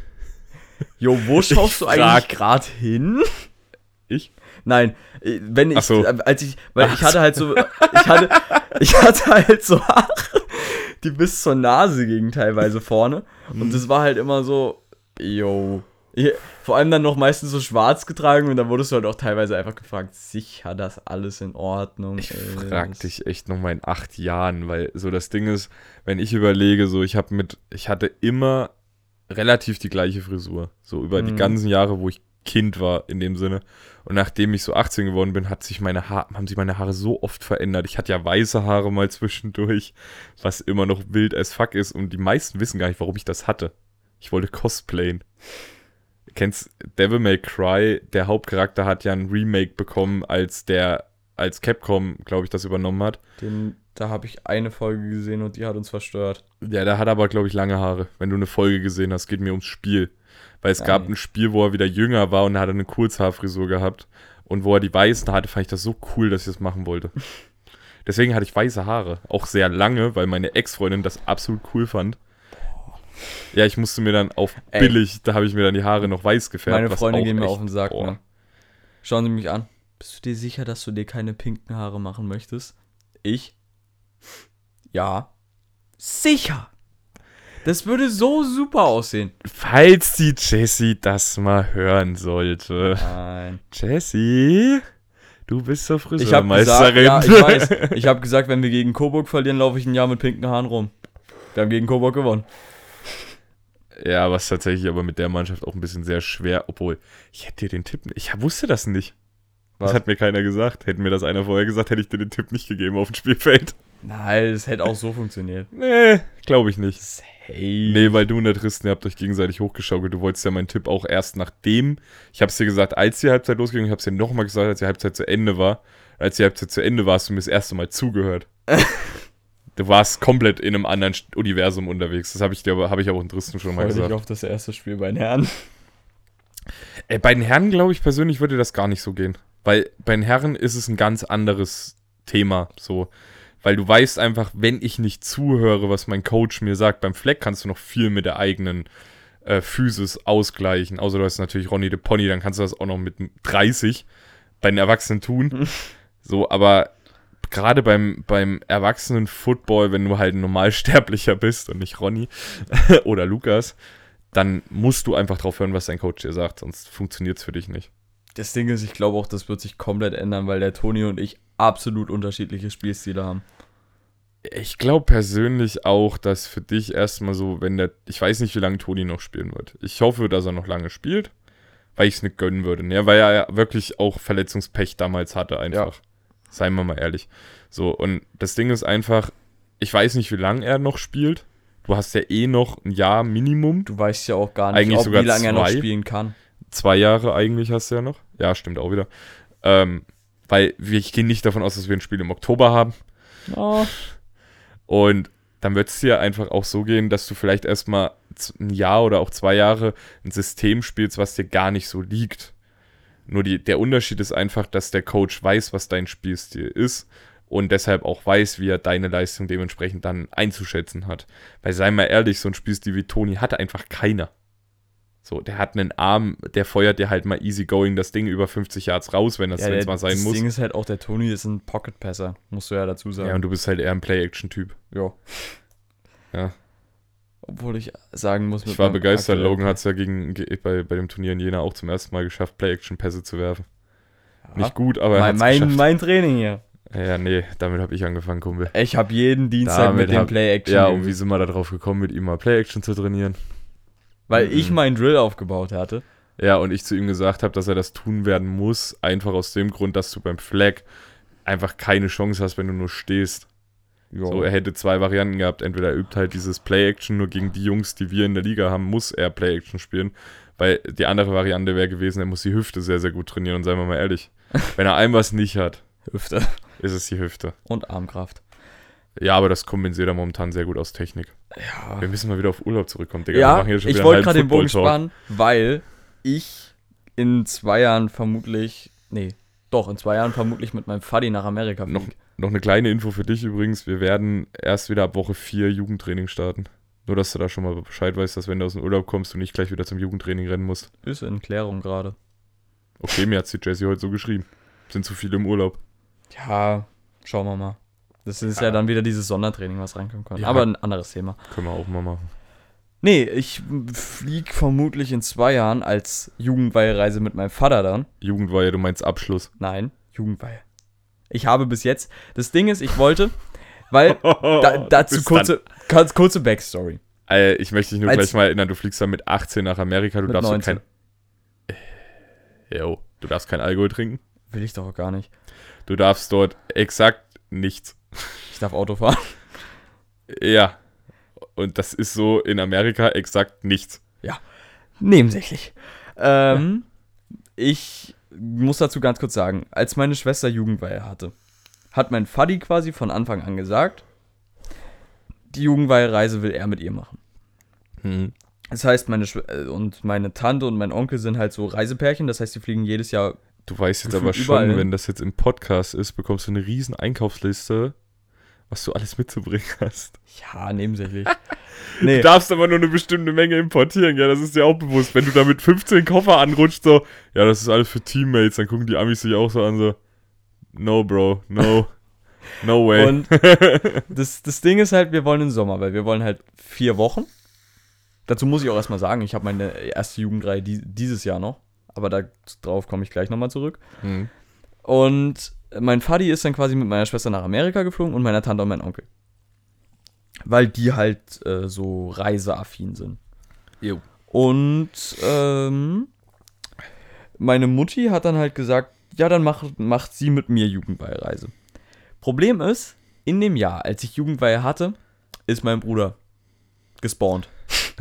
Jo, wo schaust du eigentlich gerade hin? Ich? Nein, wenn ich, Ach so. Ich hatte halt so, ich hatte halt so Haare, die bis zur Nase gingen teilweise vorne. Und das war halt immer so, yo. Vor allem dann noch meistens so schwarz getragen und dann wurdest du halt auch teilweise einfach gefragt, sicher, das alles in Ordnung ist. Ich frag dich echt nochmal in 8 Jahren, weil so das Ding ist, wenn ich überlege, so ich hatte immer relativ die gleiche Frisur. So über die ganzen Jahre, wo ich Kind war, in dem Sinne. Und nachdem ich so 18 geworden bin, haben sich meine Haare so oft verändert. Ich hatte ja weiße Haare mal zwischendurch, was immer noch wild as fuck ist. Und die meisten wissen gar nicht, warum ich das hatte. Ich wollte cosplayen. Du kennst Devil May Cry, der Hauptcharakter hat ja ein Remake bekommen, als Capcom, glaube ich, das übernommen hat. Da habe ich eine Folge gesehen und die hat uns verstört. Ja, der hat aber, glaube ich, lange Haare. Wenn du eine Folge gesehen hast, geht mir ums Spiel. Weil es gab ein Spiel, wo er wieder jünger war und da hat er eine Kurzhaarfrisur gehabt. Und wo er die weißen hatte, fand ich das so cool, dass ich das machen wollte. Deswegen hatte ich weiße Haare. Auch sehr lange, weil meine Ex-Freundin das absolut cool fand. Ja, ich musste mir dann auf billig, da habe ich mir dann die Haare noch weiß gefärbt. Meine Freunde gehen mir auf den Sack, ne? Schauen Sie mich an. Bist du dir sicher, dass du dir keine pinken Haare machen möchtest? Ich? Ja. Sicher! Das würde so super aussehen. Falls die Jessie das mal hören sollte. Nein. Jessie, du bist doch Friseurmeisterin. Ja, ich weiß. Ich habe gesagt, wenn wir gegen Coburg verlieren, laufe ich ein Jahr mit pinken Haaren rum. Wir haben gegen Coburg gewonnen. Ja, was tatsächlich aber mit der Mannschaft auch ein bisschen sehr schwer, obwohl, ich hätte dir den Tipp, ich wusste das nicht. Was? Das hat mir keiner gesagt. Hätte mir das einer vorher gesagt, hätte ich dir den Tipp nicht gegeben auf dem Spielfeld. Nein, das hätte auch so funktioniert. Nee, glaube ich nicht. Hey. Nee, weil du und der Tristan, ihr habt euch gegenseitig hochgeschaukelt. Du wolltest ja meinen Tipp auch erst nachdem. Ich habe es dir gesagt, als die Halbzeit losging. Ich habe es dir nochmal gesagt, als die Halbzeit zu Ende war. Als die Halbzeit zu Ende war, hast du mir das erste Mal zugehört. Du warst komplett in einem anderen Universum unterwegs. Das habe ich auch in Tristan schon mal gesagt. Ich auf das erste Spiel bei den Herren. Bei den Herren, glaube ich, persönlich würde das gar nicht so gehen. Weil bei den Herren ist es ein ganz anderes Thema. So. Weil du weißt einfach, wenn ich nicht zuhöre, was mein Coach mir sagt, beim Fleck kannst du noch viel mit der eigenen Physis ausgleichen. Außer du hast natürlich Ronny de Pony, dann kannst du das auch noch mit 30 bei den Erwachsenen tun. So, aber gerade beim Erwachsenen-Football, wenn du halt ein Normalsterblicher bist und nicht Ronny oder Lukas, dann musst du einfach drauf hören, was dein Coach dir sagt, sonst funktioniert es für dich nicht. Das Ding ist, ich glaube auch, das wird sich komplett ändern, weil der Toni und ich absolut unterschiedliche Spielstile haben. Ich glaube persönlich auch, dass für dich erstmal so, ich weiß nicht, wie lange Toni noch spielen wird. Ich hoffe, dass er noch lange spielt, weil ich es nicht gönnen würde. Ne? Weil er ja wirklich auch Verletzungspech damals hatte einfach. Ja. Seien wir mal ehrlich. So, und das Ding ist einfach, ich weiß nicht, wie lange er noch spielt. Du hast ja noch ein Jahr Minimum. Du weißt ja auch gar nicht, eigentlich sogar wie lange er noch spielen kann. 2 Jahre eigentlich hast du ja noch. Ja, stimmt auch wieder. Weil ich gehe nicht davon aus, dass wir ein Spiel im Oktober haben. Oh. Und dann wird es dir einfach auch so gehen, dass du vielleicht erstmal ein Jahr oder auch 2 Jahre ein System spielst, was dir gar nicht so liegt. Nur der Unterschied ist einfach, dass der Coach weiß, was dein Spielstil ist und deshalb auch weiß, wie er deine Leistung dementsprechend dann einzuschätzen hat. Weil, sei mal ehrlich, so ein Spielstil wie Toni hat einfach keiner. So, der hat einen Arm, der feuert dir halt mal easygoing das Ding über 50 Yards raus, wenn das mal sein muss. Das Ding ist halt auch, der Toni ist ein Pocket-Passer, musst du ja dazu sagen. Ja, und du bist halt eher ein Play-Action-Typ. Ja. Obwohl ich sagen muss, ich war begeistert. Logan hat es ja bei dem Turnier in Jena auch zum ersten Mal geschafft, Play-Action-Pässe zu werfen. Ja. Nicht gut, aber er hat es geschafft. Mein Training hier. Ja, nee, damit habe ich angefangen, Kumpel. Ich habe jeden Dienstag mit dem Play-Action. Ja, und wie sind wir da drauf gekommen, mit ihm mal Play-Action zu trainieren? Weil ich meinen Drill aufgebaut hatte. Ja, und ich zu ihm gesagt habe, dass er das tun werden muss, einfach aus dem Grund, dass du beim Flag einfach keine Chance hast, wenn du nur stehst. Jo. So, er hätte 2 Varianten gehabt. Entweder er übt halt dieses Play-Action, nur gegen die Jungs, die wir in der Liga haben, muss er Play-Action spielen. Weil die andere Variante wäre gewesen, er muss die Hüfte sehr, sehr gut trainieren. Und seien wir mal ehrlich, wenn er einem was nicht hat, Hüfte, ist es die Hüfte. Und Armkraft. Ja, aber das kompensiert er momentan sehr gut aus Technik. Ja. Wir müssen mal wieder auf Urlaub zurückkommen, Digga. Ja, ich wollte gerade den Bogen spannen, weil ich in 2 Jahren vermutlich mit meinem Vati nach Amerika fliege. Noch eine kleine Info für dich übrigens. Wir werden erst wieder ab Woche 4 Jugendtraining starten. Nur, dass du da schon mal Bescheid weißt, dass wenn du aus dem Urlaub kommst, du nicht gleich wieder zum Jugendtraining rennen musst. Ist in Klärung gerade. Okay, mir hat die Jessie heute so geschrieben. Sind zu viele im Urlaub. Ja, schauen wir mal. Das ist ja dann wieder dieses Sondertraining, was reinkommen kann. Ja, aber ein anderes Thema. Können wir auch mal machen. Nee, ich fliege vermutlich in 2 Jahren als Jugendweihereise mit meinem Vater dann. Jugendweihe, du meinst Abschluss? Nein, Jugendweihe. Ich habe bis jetzt, das Ding ist, ich wollte, weil, dazu kurze Backstory. Ich möchte dich nur gleich mal erinnern, du fliegst dann mit 18 nach Amerika, du darfst 19. Du darfst kein Alkohol trinken. Will ich doch auch gar nicht. Du darfst dort exakt nichts. Ich darf Auto fahren. Ja. Und das ist so in Amerika exakt nichts. Ja, nebensächlich. Ich muss dazu ganz kurz sagen, als meine Schwester Jugendweihe hatte, hat mein Vati quasi von Anfang an gesagt, die Jugendweihereise will er mit ihr machen. Das heißt, meine Tante und mein Onkel sind halt so Reisepärchen. Das heißt, die fliegen jedes Jahr. Du weißt jetzt Gefühlt aber schon, überall. wenn das jetzt im Podcast ist, bekommst du eine riesen Einkaufsliste, was du alles mitzubringen hast. Ja, nebensächlich. Du darfst aber nur eine bestimmte Menge importieren, ja, das ist dir auch bewusst. Wenn du da mit 15 Koffer anrutscht, so, ja, das ist alles für Teammates, dann gucken die Amis sich auch so an, so, no, Bro, no way. Und das Ding ist halt, wir wollen den Sommer, weil wir wollen halt 4 Wochen. Dazu muss ich auch erstmal sagen, ich habe meine erste Jugendreihe dieses Jahr noch. Aber darauf komme ich gleich nochmal zurück. Mhm. Und mein Vati ist dann quasi mit meiner Schwester nach Amerika geflogen und meiner Tante und mein Onkel. Weil die halt so reiseaffin sind. Jo. Und meine Mutti hat dann halt gesagt, ja, dann macht sie mit mir Jugendweihereise. Problem ist, in dem Jahr, als ich Jugendweihe hatte, ist mein Bruder gespawnt.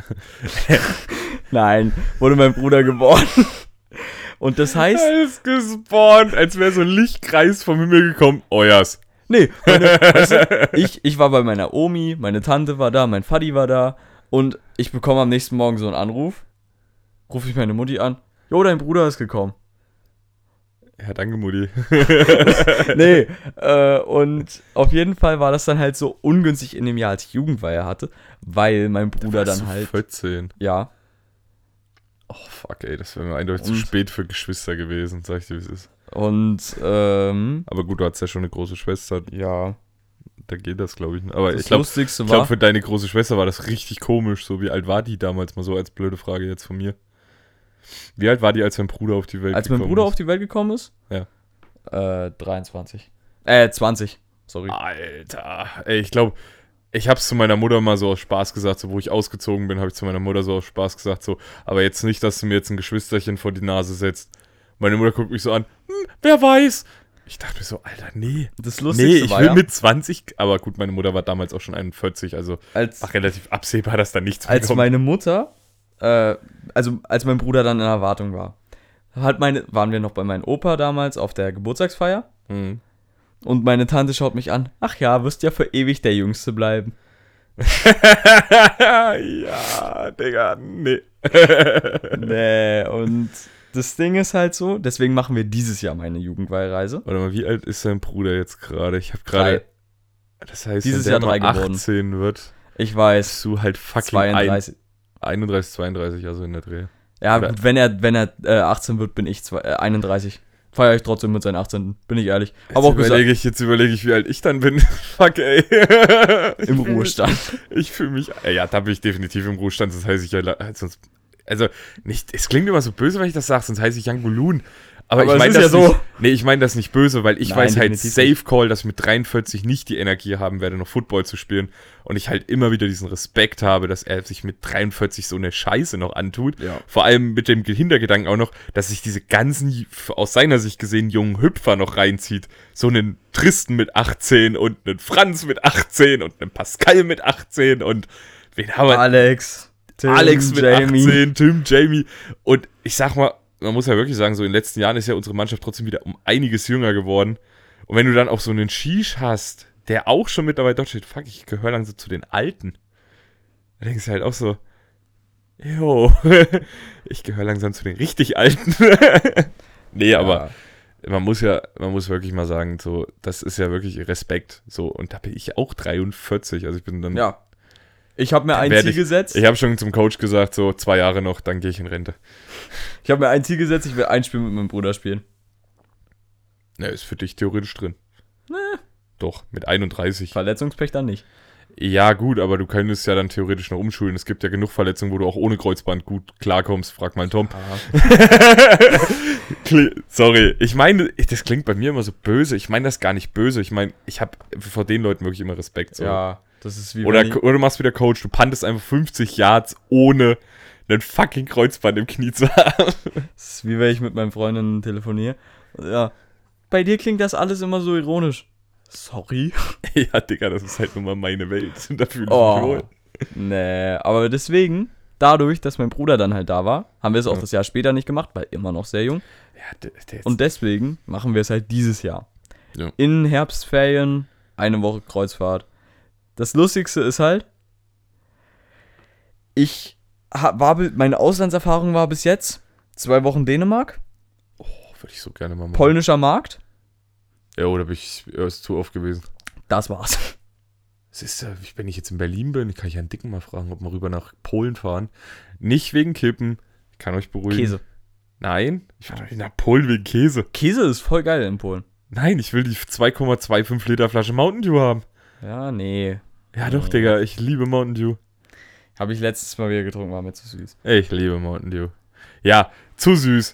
Nein, wurde mein Bruder geboren. Und das heißt... Er ist gespawnt, als wäre so ein Lichtkreis vom Himmel gekommen. Oh yes. Nee, weißt du, ich war bei meiner Omi, meine Tante war da, mein Vati war da und ich bekomme am nächsten Morgen so einen Anruf. Rufe ich meine Mutti an. Jo, dein Bruder ist gekommen. Ja, danke, Mutti. Nee, und auf jeden Fall war das dann halt so ungünstig in dem Jahr, als ich Jugendweihe hatte, weil mein Bruder dann halt... 14. Ja. Oh, fuck, ey, das wäre mir eindeutig zu spät für Geschwister gewesen, sag ich dir, wie es ist. Und, aber gut, du hattest ja schon eine große Schwester, ja. da geht das, glaube ich. Ne? Aber Das ich glaube, Lustigste war... für deine große Schwester war das richtig komisch. So, wie alt war die damals? Mal so als blöde Frage jetzt von mir. Wie alt war die, als dein Bruder auf die Welt Als gekommen mein Bruder ist? auf die Welt gekommen ist? Ja. 23. 20, sorry. Alter, ey, ich glaube, ich hab's zu meiner Mutter mal so aus Spaß gesagt, so wo ich ausgezogen bin, habe ich zu meiner Mutter so aus Spaß gesagt, so, aber jetzt nicht, dass du mir jetzt ein Geschwisterchen vor die Nase setzt. Meine Mutter guckt mich so an, wer weiß? Ich dachte mir so, Alter, nee. Das Lustigste ich war will ja, mit 20, aber gut, meine Mutter war damals auch schon 41, also war relativ absehbar, dass da nichts mehr als meine Mutter, als mein Bruder dann in Erwartung war, waren wir noch bei meinem Opa damals auf der Geburtstagsfeier Mhm. und meine Tante schaut mich an, ach ja, wirst ja für ewig der Jüngste bleiben. Ja, Digga, nee. Nee, und das Ding ist halt so, deswegen machen wir dieses Jahr meine Jugendweihereise. Warte mal, wie alt ist dein Bruder jetzt gerade? Ich habe gerade... Das heißt, Dieses wenn der Jahr 3 mal geworden. 18 wird, Ich weiß, bist du halt fucking 32. 31, 32, also in der Dreh. Ja, Oder- gut, wenn er 18 wird, bin ich 31. Feiere ich trotzdem mit seinen 18, bin ich ehrlich. Aber auch gesagt, Jetzt überlege ich, wie alt ich dann bin. Fuck, ey. im Ruhestand. Ich fühle mich, ja, da bin ich definitiv im Ruhestand, das heißt ich ja, sonst, also, nicht, es klingt immer so böse, wenn ich das sage, sonst heiße ich Young Balloon. Aber ich es meine ist das ja nicht, so. nee, ich meine das nicht böse, weil ich Nein, weiß halt definitiv safe call, dass ich mit 43 nicht die Energie haben werde, noch Football zu spielen und ich halt immer wieder diesen Respekt habe, dass er sich mit 43 so eine Scheiße noch antut. Ja. Vor allem mit dem Hintergedanken auch noch, dass sich diese ganzen, aus seiner Sicht gesehen, jungen Hüpfer noch reinzieht. So einen Tristan mit 18 und einen Franz mit 18 und einen Pascal mit 18 und wen haben wir? Alex, Tim, Alex mit Jamie. 18, Tim, Jamie. Und ich sag mal, man muss ja wirklich sagen, so in den letzten Jahren ist ja unsere Mannschaft trotzdem wieder um einiges jünger geworden. Und wenn du dann auch so einen Shish hast, der auch schon mit dabei dort steht, fuck, ich gehöre langsam zu den Alten. Da denkst du halt auch so, jo, ich gehöre langsam zu den richtig Alten. Nee, aber man muss wirklich mal sagen, so, das ist ja wirklich Respekt. So, und da bin ich auch 43, also ich bin dann... Ja. Ich habe mir ein werd Ziel gesetzt. Ich habe schon zum Coach gesagt, so 2 Jahre noch, dann gehe ich in Rente. Ich habe mir ein Ziel gesetzt, ich will ein Spiel mit meinem Bruder spielen. Ja, ist für dich theoretisch drin. Nee. Doch, mit 31. Verletzungspech dann nicht. Ja, gut, aber du könntest ja dann theoretisch noch umschulen. Es gibt ja genug Verletzungen, wo du auch ohne Kreuzband gut klarkommst. Frag mal Tom. Sorry, ich meine, das klingt bei mir immer so böse. Ich meine das gar nicht böse. Ich meine, ich habe vor den Leuten wirklich immer Respekt. So. Ja, das ist wie Oder du machst wieder Coach, du pantest einfach 50 Yards ohne einen fucking Kreuzband im Knie zu haben. Das ist wie wenn ich mit meinen Freundinnen telefoniere. Ja, bei dir klingt das alles immer so ironisch. Sorry. Ja, Digga, das ist halt nun mal meine Welt. Da fühle ich mich Oh, wohl. nee, aber deswegen, dadurch, dass mein Bruder dann halt da war, haben wir es auch Ja. das Jahr später nicht gemacht, weil immer noch sehr jung. Ja, der Und deswegen machen wir es halt dieses Jahr. Ja. In Herbstferien, eine Woche Kreuzfahrt. Das Lustigste ist halt, ich Meine Auslandserfahrung war bis jetzt 2 Wochen Dänemark, Oh, würde ich so gerne mal machen. polnischer Markt. Ja, oder bin ich ist zu oft gewesen? Das war's. Es ist, wenn ich jetzt in Berlin bin, kann ich Herrn Dicken mal fragen, ob wir rüber nach Polen fahren. Nicht wegen Kippen, ich kann euch beruhigen. Käse. Nein, ich fahre doch nicht nach Polen wegen Käse. Käse ist voll geil in Polen. Nein, ich will die 2,25 Liter Flasche Mountain Dew haben. Ja, nee. Ja doch, Digga, ich liebe Mountain Dew. Habe ich letztes Mal wieder getrunken, war mir zu süß. Ich liebe Mountain Dew. Ja, zu süß.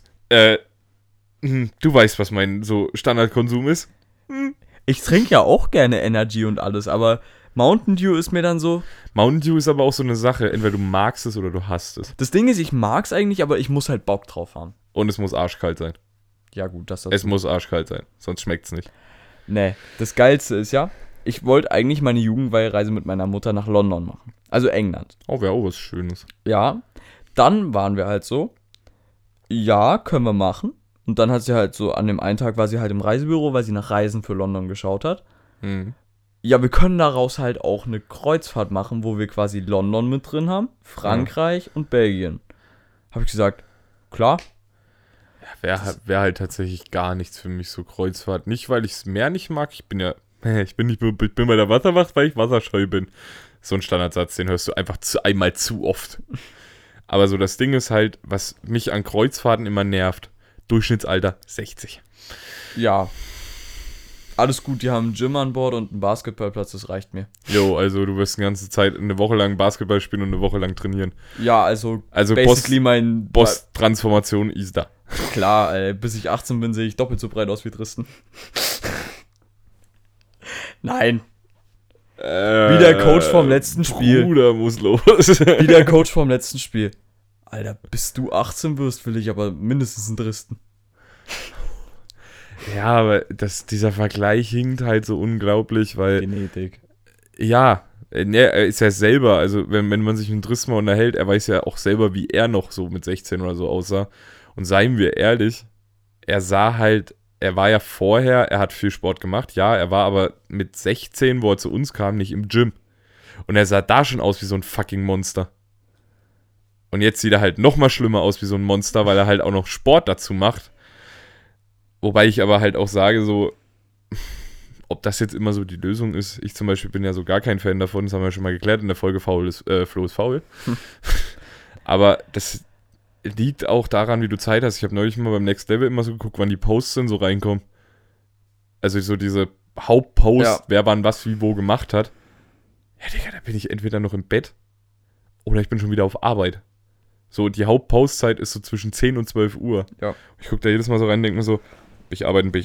Du weißt, was mein so Standardkonsum ist. Ich trinke ja auch gerne Energy und alles, aber Mountain Dew ist mir dann so. Mountain Dew ist aber auch so eine Sache. Entweder du magst es oder du hasst es. Das Ding ist, ich mag's eigentlich, aber ich muss halt Bock drauf haben. Und es muss arschkalt sein. Ja, gut, das Es muss arschkalt sein, sonst schmeckt's nicht. Nee, das Geilste ist ja, ich wollte eigentlich meine Jugendweihreise mit meiner Mutter nach London machen. Also England. Oh, wäre auch was Schönes. Ja, dann waren wir halt so, ja, können wir machen. Und dann hat sie halt so, an dem einen Tag war sie halt im Reisebüro, weil sie nach Reisen für London geschaut hat. Mhm. Ja, wir können daraus halt auch eine Kreuzfahrt machen, wo wir quasi London mit drin haben, Frankreich und Belgien. Habe ich gesagt, klar. Ja, wäre halt tatsächlich gar nichts für mich, so Kreuzfahrt. Nicht, weil ich es mehr nicht mag. Ich bin bei der Wasserwacht, weil ich wasserscheu bin. So ein Standardsatz, den hörst du einfach einmal zu oft. Aber so das Ding ist halt, was mich an Kreuzfahrten immer nervt. Durchschnittsalter 60. Ja. Alles gut, die haben ein Gym an Bord und einen Basketballplatz, das reicht mir. Jo, also du wirst die ganze Zeit eine Woche lang Basketball spielen und eine Woche lang trainieren. Ja, also basically mein Boss-Transformation ist da. Klar, ey, bis ich 18 bin, sehe ich doppelt so breit aus wie Tristan. Nein. Wie der Coach vom letzten Spiel. Bruder muss los. Wie der Coach vom letzten Spiel. Alter, bis du 18 wirst, will ich aber mindestens einen Dristen. Ja, aber dieser Vergleich hinkt halt so unglaublich, weil... Genetik. Ja, er ist ja selber, also wenn man sich mit Dristen mal unterhält, er weiß ja auch selber, wie er noch so mit 16 oder so aussah. Und seien wir ehrlich, er war ja vorher, er hat viel Sport gemacht, ja, er war aber mit 16, wo er zu uns kam, nicht im Gym. Und er sah da schon aus wie so ein fucking Monster. Und jetzt sieht er halt noch mal schlimmer aus wie so ein Monster, weil er halt auch noch Sport dazu macht. Wobei ich aber halt auch sage, so, ob das jetzt immer so die Lösung ist. Ich zum Beispiel bin ja so gar kein Fan davon, das haben wir schon mal geklärt in der Folge Flo ist faul. Aber das liegt auch daran, wie du Zeit hast. Ich habe neulich mal beim Next Level immer so geguckt, wann die Posts denn so reinkommen. Also so diese Hauptposts, wer wann was wie wo gemacht hat. Ja, Digga, da bin ich entweder noch im Bett oder ich bin schon wieder auf Arbeit. So, die Hauptpostzeit ist so zwischen 10 und 12 Uhr. Ja. Ich gucke da jedes Mal so rein und denke mir so, bin ich arbeiten.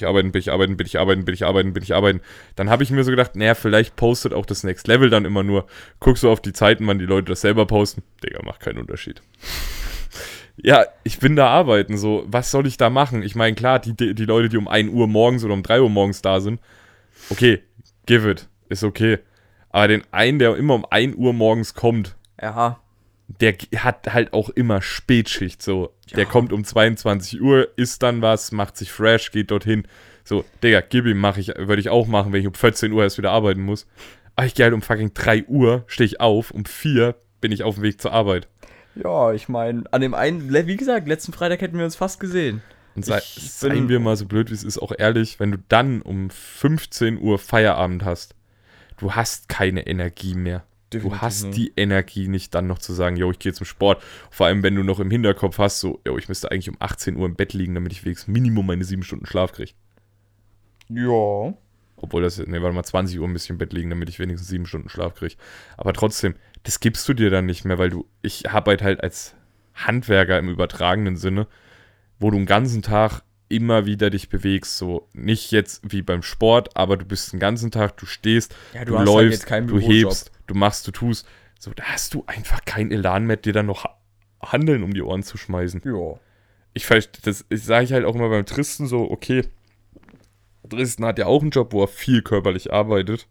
Dann habe ich mir so gedacht, naja, vielleicht postet auch das Next Level dann immer nur. Guck so auf die Zeiten, wann die Leute das selber posten. Digga, macht keinen Unterschied. Ja, ich bin da arbeiten, so, was soll ich da machen? Ich meine, klar, die Leute, die um 1 Uhr morgens oder um 3 Uhr morgens da sind, okay, give it, ist okay. Aber den einen, der immer um 1 Uhr morgens kommt, Ja. der hat halt auch immer Spätschicht, so. Ja. Der kommt um 22 Uhr, isst dann was, macht sich fresh, geht dorthin. So, Digga, gib ihm, würde ich auch machen, wenn ich um 14 Uhr erst wieder arbeiten muss. Aber ich gehe halt um fucking 3 Uhr, stehe ich auf, um 4 bin ich auf dem Weg zur Arbeit. Ja, ich meine, an dem einen, wie gesagt, letzten Freitag hätten wir uns fast gesehen. Und seien wir mal so blöd, wie es ist, auch ehrlich, wenn du dann um 15 Uhr Feierabend hast, du hast keine Energie mehr. Definitiv du hast nicht. die Energie nicht dann noch zu sagen, yo, ich gehe zum Sport. Vor allem, wenn du noch im Hinterkopf hast, so, yo, ich müsste eigentlich um 18 Uhr im Bett liegen, damit ich wenigstens Minimum meine 7 Stunden Schlaf kriege. Ja. Obwohl warte mal, 20 Uhr ein bisschen im Bett liegen, damit ich wenigstens 7 Stunden Schlaf kriege. Aber trotzdem, das gibst du dir dann nicht mehr, weil ich arbeite halt als Handwerker im übertragenen Sinne, wo du den ganzen Tag immer wieder dich bewegst, so nicht jetzt wie beim Sport, aber du bist den ganzen Tag, du stehst, Ja, du hast läufst, halt jetzt keinen du Bürojob. hebst, du machst, du tust. So, da hast du einfach kein Elan mehr, dir dann noch Handeln um die Ohren zu schmeißen. Ja. Ich sage ich halt auch immer beim Tristan so, okay, Tristan hat ja auch einen Job, wo er viel körperlich arbeitet.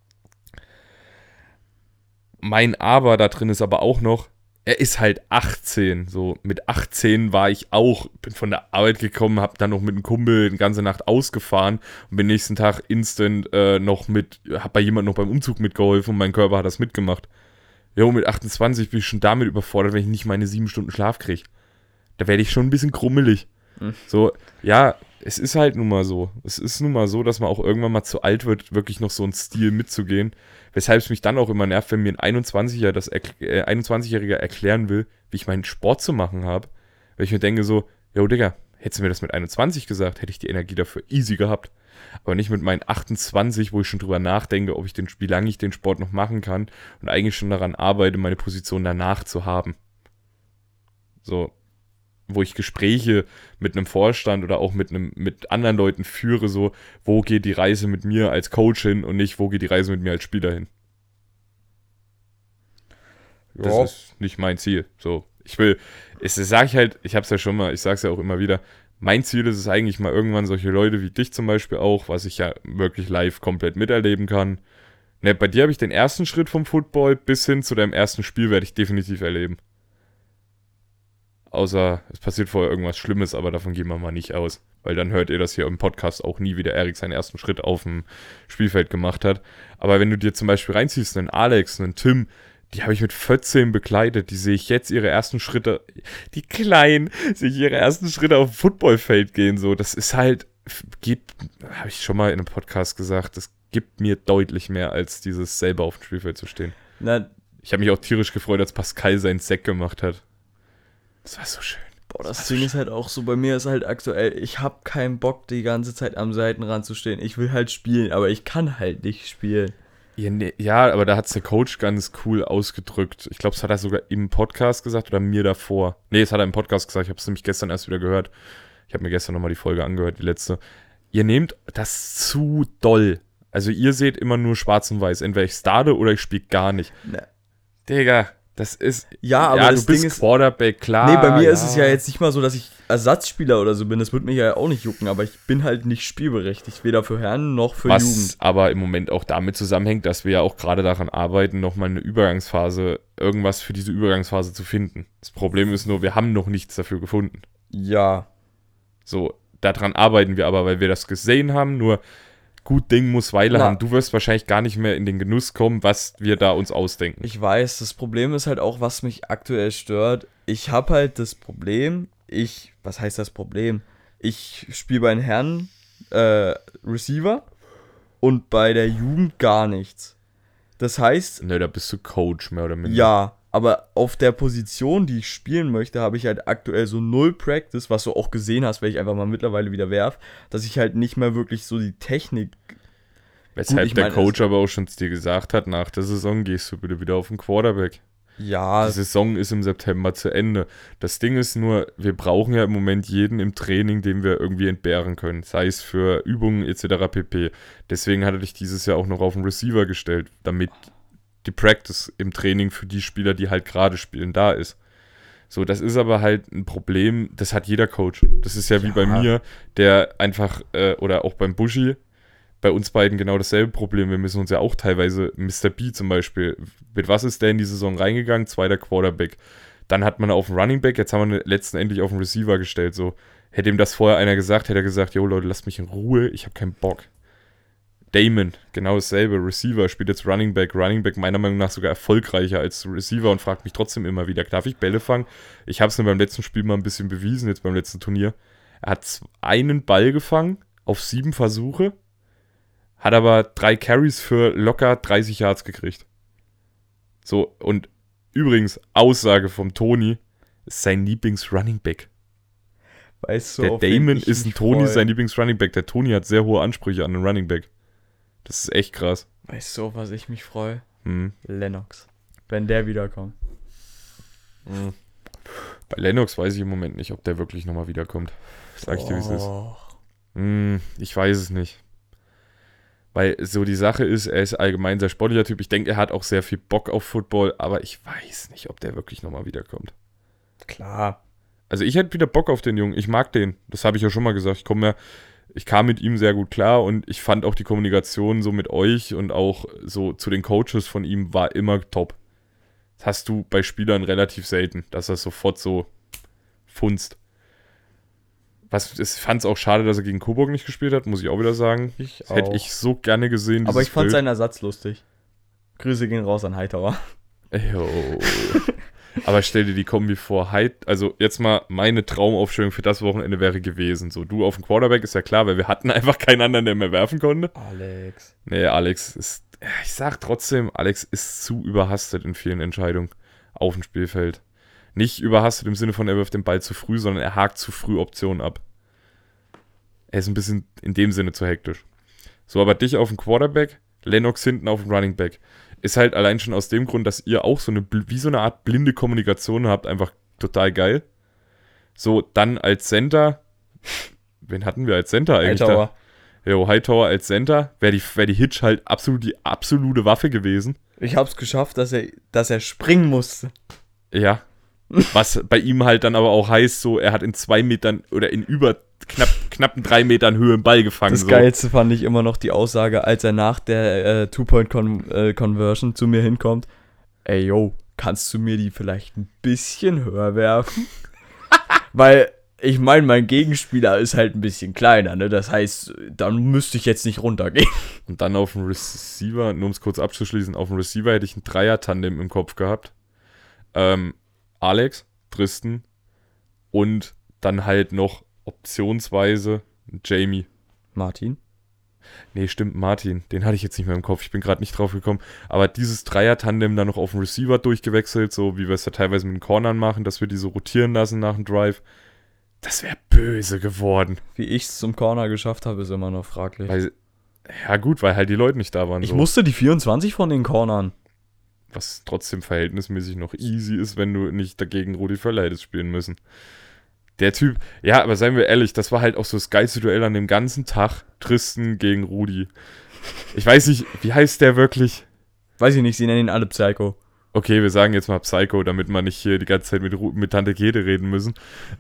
Mein Aber da drin ist aber auch noch, er ist halt 18. So, mit 18 bin von der Arbeit gekommen, hab dann noch mit einem Kumpel die ganze Nacht ausgefahren und bin nächsten Tag instant hab bei jemandem noch beim Umzug mitgeholfen und mein Körper hat das mitgemacht. Jo, mit 28 bin ich schon damit überfordert, wenn ich nicht meine 7 Stunden Schlaf kriege. Da werde ich schon ein bisschen krummelig. So, ja, es ist halt nun mal so. Es ist nun mal so, dass man auch irgendwann mal zu alt wird, wirklich noch so einen Stil mitzugehen. Weshalb es mich dann auch immer nervt, wenn mir ein 21-Jähriger erklären will, wie ich meinen Sport zu machen habe. Weil ich mir denke so, jo Digga, hättest du mir das mit 21 gesagt, hätte ich die Energie dafür easy gehabt. Aber nicht mit meinen 28, wo ich schon drüber nachdenke, wie lange ich den Sport noch machen kann und eigentlich schon daran arbeite, meine Position danach zu haben. So, wo ich Gespräche mit einem Vorstand oder auch mit anderen Leuten führe, so, wo geht die Reise mit mir als Coach hin und nicht, wo geht die Reise mit mir als Spieler hin. Ja. Das ist nicht mein Ziel. So, ich sag's ja auch immer wieder, mein Ziel ist es eigentlich mal irgendwann solche Leute wie dich zum Beispiel auch, was ich ja wirklich live komplett miterleben kann. Ne, bei dir habe ich den ersten Schritt vom Football bis hin zu deinem ersten Spiel werde ich definitiv erleben. Außer es passiert vorher irgendwas Schlimmes, aber davon gehen wir mal nicht aus. Weil dann hört ihr das hier im Podcast auch nie, wie der Erik seinen ersten Schritt auf dem Spielfeld gemacht hat. Aber wenn du dir zum Beispiel reinziehst, einen Alex, einen Tim, die habe ich mit 14 begleitet, die sehe ich jetzt ihre ersten Schritte, die Kleinen, sehe ich ihre ersten Schritte auf dem Footballfeld gehen, so. Das ist halt, habe ich schon mal in einem Podcast gesagt, das gibt mir deutlich mehr, als dieses selber auf dem Spielfeld zu stehen. Ich habe mich auch tierisch gefreut, als Pascal seinen Sack gemacht hat. Das war so schön. Boah, das Ding ist halt auch so, bei mir ist halt aktuell, ich habe keinen Bock, die ganze Zeit am Seitenrand zu stehen. Ich will halt spielen, aber ich kann halt nicht spielen. Ja, aber da hat es der Coach ganz cool ausgedrückt. Ich glaube, das hat er sogar im Podcast gesagt oder mir davor. Nee, das hat er im Podcast gesagt. Ich habe es nämlich gestern erst wieder gehört. Ich habe mir gestern nochmal die Folge angehört, die letzte. Ihr nehmt das zu doll. Also ihr seht immer nur schwarz und weiß. Entweder ich starte oder ich spiele gar nicht. Ne. Digga, das ist... Ja, aber ja, das du bist Ding ist, Quarterback, klar. Nee, bei mir ist es ja jetzt nicht mal so, dass ich Ersatzspieler oder so bin. Das würde mich ja auch nicht jucken, aber ich bin halt nicht spielberechtigt. Weder für Herren noch für Jugend. Was aber im Moment auch damit zusammenhängt, dass wir ja auch gerade daran arbeiten, nochmal eine Übergangsphase, irgendwas für diese Übergangsphase zu finden. Das Problem ist nur, wir haben noch nichts dafür gefunden. Ja. So, daran arbeiten wir aber, weil wir das gesehen haben, nur gut Ding muss Weile haben. Du wirst wahrscheinlich gar nicht mehr in den Genuss kommen, was wir da uns ausdenken. Ich weiß, das Problem ist halt auch, was mich aktuell stört. Ich habe halt das Problem, was heißt das Problem? Ich spiele bei den Herren Receiver und bei der Jugend gar nichts. Das heißt... Ne, da bist du Coach, mehr oder minder. Ja, aber auf der Position, die ich spielen möchte, habe ich halt aktuell so 0 Practice, was du auch gesehen hast, weil ich einfach mal mittlerweile wieder werf, dass ich halt nicht mehr wirklich so die Technik... Weshalb der Coach aber auch schon dir gesagt hat, nach der Saison gehst du bitte wieder auf den Quarterback. Ja. Die Saison ist im September zu Ende. Das Ding ist nur, wir brauchen ja im Moment jeden im Training, den wir irgendwie entbehren können. Sei es für Übungen etc. pp. Deswegen hat er dich dieses Jahr auch noch auf den Receiver gestellt, damit die Practice im Training für die Spieler, die halt gerade spielen, da ist. So, das ist aber halt ein Problem, das hat jeder Coach. Das ist ja wie bei mir, der einfach, oder auch beim Buschi, bei uns beiden genau dasselbe Problem. Wir müssen uns ja auch teilweise, Mr. B zum Beispiel, mit was ist der in die Saison reingegangen? 2. Quarterback. Dann hat man auf den Running Back, jetzt haben wir letztendlich auf den Receiver gestellt. So, hätte ihm das vorher einer gesagt, hätte er gesagt, jo Leute, lasst mich in Ruhe, ich habe keinen Bock. Damon, genau dasselbe, Receiver, spielt jetzt Running Back meiner Meinung nach sogar erfolgreicher als Receiver und fragt mich trotzdem immer wieder, darf ich Bälle fangen? Ich habe es mir beim letzten Spiel mal ein bisschen bewiesen, jetzt beim letzten Turnier. Er hat einen Ball gefangen auf 7 Versuche, hat aber 3 Carries für locker 30 Yards gekriegt. So, und übrigens, Aussage vom Toni, ist sein Lieblings-Running Back. Weißt du, der Damon ist ein Toni, sein Lieblings-Running Back. Der Toni hat sehr hohe Ansprüche an den Running Back. Das ist echt krass. Weißt du, auf was ich mich freue? Lennox. Wenn der wiederkommt. Bei Lennox weiß ich im Moment nicht, ob der wirklich nochmal wiederkommt. Sag ich dir, wie es ist. Ich weiß es nicht. Weil so die Sache ist, er ist allgemein sehr sportlicher Typ. Ich denke, er hat auch sehr viel Bock auf Football, aber ich weiß nicht, ob der wirklich nochmal wiederkommt. Klar. Also ich hätte wieder Bock auf den Jungen. Ich mag den. Das habe ich ja schon mal gesagt. Ich kam mit ihm sehr gut klar und ich fand auch die Kommunikation so mit euch und auch so zu den Coaches von ihm war immer top. Das hast du bei Spielern relativ selten, dass er sofort so funzt. Ich fand es auch schade, dass er gegen Coburg nicht gespielt hat, muss ich auch wieder sagen. Das hätte ich so gerne gesehen. Aber ich fand seinen Ersatz lustig. Grüße gehen raus an Hightower. Jo. Aber stell dir die Kombi vor, also jetzt mal meine Traumaufstellung für das Wochenende wäre gewesen. So, du auf dem Quarterback ist ja klar, weil wir hatten einfach keinen anderen, der mehr werfen konnte. Alex. Nee, Alex ist, ich sag trotzdem, Alex ist zu überhastet in vielen Entscheidungen auf dem Spielfeld. Nicht überhastet im Sinne von, er wirft den Ball zu früh, sondern er hakt zu früh Optionen ab. Er ist ein bisschen in dem Sinne zu hektisch. So, aber dich auf dem Quarterback, Lennox hinten auf dem Running Back, ist halt allein schon aus dem Grund, dass ihr auch wie so eine Art blinde Kommunikation habt, einfach total geil. So, dann als Center, wen hatten wir als Center eigentlich Hightower. da? Jo, Hightower als Center, wäre die Hitch halt die absolute Waffe gewesen. Ich hab's geschafft, dass er springen musste. Ja. Was bei ihm halt dann aber auch heißt, so, er hat in 2 Metern oder in knappen 3 Metern Höhe einen Ball gefangen. Das Geilste fand ich immer noch die Aussage, als er nach der Two-Point-Conversion zu mir hinkommt. Ey, yo, kannst du mir die vielleicht ein bisschen höher werfen? Weil, ich meine, mein Gegenspieler ist halt ein bisschen kleiner, ne? Das heißt, dann müsste ich jetzt nicht runtergehen. Und dann auf dem Receiver, nur um es kurz abzuschließen, auf dem Receiver hätte ich ein Dreier-Tandem im Kopf gehabt. Alex, Tristan und dann halt noch optionsweise Jamie. Martin? Nee, stimmt, Martin. Den hatte ich jetzt nicht mehr im Kopf. Ich bin gerade nicht drauf gekommen. Aber dieses Dreier-Tandem dann noch auf den Receiver durchgewechselt, so wie wir es ja teilweise mit den Cornern machen, dass wir die so rotieren lassen nach dem Drive. Das wäre böse geworden. Wie ich es zum Corner geschafft habe, ist immer noch fraglich. Ja gut, weil halt die Leute nicht da waren. Ich musste die 24 von den Cornern. Was trotzdem verhältnismäßig noch easy ist, wenn du nicht dagegen Rudi Völler hättest spielen müssen. Der Typ, ja, aber seien wir ehrlich, das war halt auch so das geilste Duell an dem ganzen Tag. Tristan gegen Rudi. Ich weiß nicht, wie heißt der wirklich? Weiß ich nicht, sie nennen ihn alle Psycho. Okay, wir sagen jetzt mal Psycho, damit wir nicht hier die ganze Zeit mit Tante Kete reden müssen.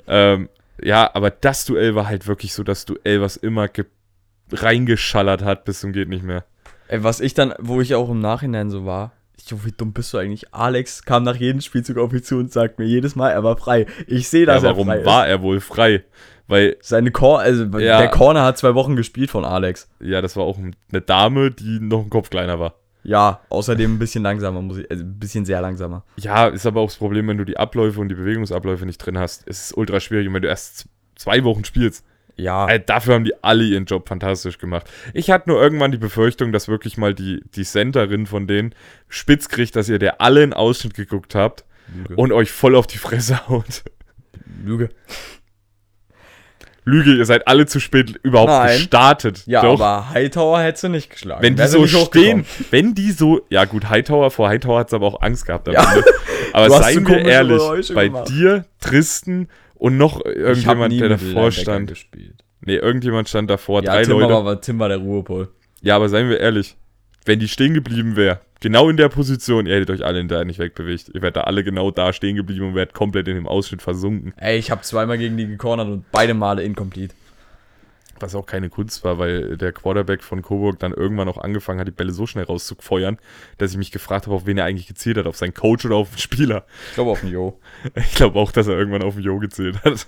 Ja, aber das Duell war halt wirklich so das Duell, was immer reingeschallert hat bis zum geht nicht mehr. Ey, wo ich auch im Nachhinein so war, wie dumm bist du eigentlich? Alex kam nach jedem Spielzug auf mich zu und sagt mir jedes Mal, er war frei. Ich sehe, dass er frei ist. Warum war er wohl frei? Weil der Corner hat 2 Wochen gespielt von Alex. Ja, das war auch eine Dame, die noch einen Kopf kleiner war. Ja, außerdem ein bisschen langsamer, ein bisschen sehr langsamer. Ja, ist aber auch das Problem, wenn du die Abläufe und die Bewegungsabläufe nicht drin hast. Es ist ultra schwierig. Und wenn du erst 2 Wochen spielst, ja. Dafür haben die alle ihren Job fantastisch gemacht. Ich hatte nur irgendwann die Befürchtung, dass wirklich mal die Centerin von denen spitz kriegt, dass ihr der alle einen Ausschnitt geguckt habt und euch voll auf die Fresse haut. Lüge, ihr seid alle zu spät überhaupt gestartet. Ja, doch. Aber Hightower hätte sie nicht geschlagen. Wenn die so stehen, ja gut, vor Hightower hat es aber auch Angst gehabt. Ja. Aber seien wir ehrlich, bei dir, Tristan und noch irgendjemand, der davor stand. Nee, irgendjemand stand davor, ja, 3 Leute. Tim war der Ruhepol. Ja, aber seien wir ehrlich, wenn die stehen geblieben wäre, genau in der Position, ihr hättet euch alle da nicht wegbewegt. Ihr wärt da alle genau da stehen geblieben und wärt komplett in dem Ausschnitt versunken. Ey, ich habe 2-mal gegen die gecornert und beide Male incomplete. Was auch keine Kunst war, weil der Quarterback von Coburg dann irgendwann auch angefangen hat, die Bälle so schnell rauszufeuern, dass ich mich gefragt habe, auf wen er eigentlich gezielt hat, auf seinen Coach oder auf den Spieler. Ich glaube auf den Jo. Ich glaube auch, dass er irgendwann auf den Jo gezielt hat.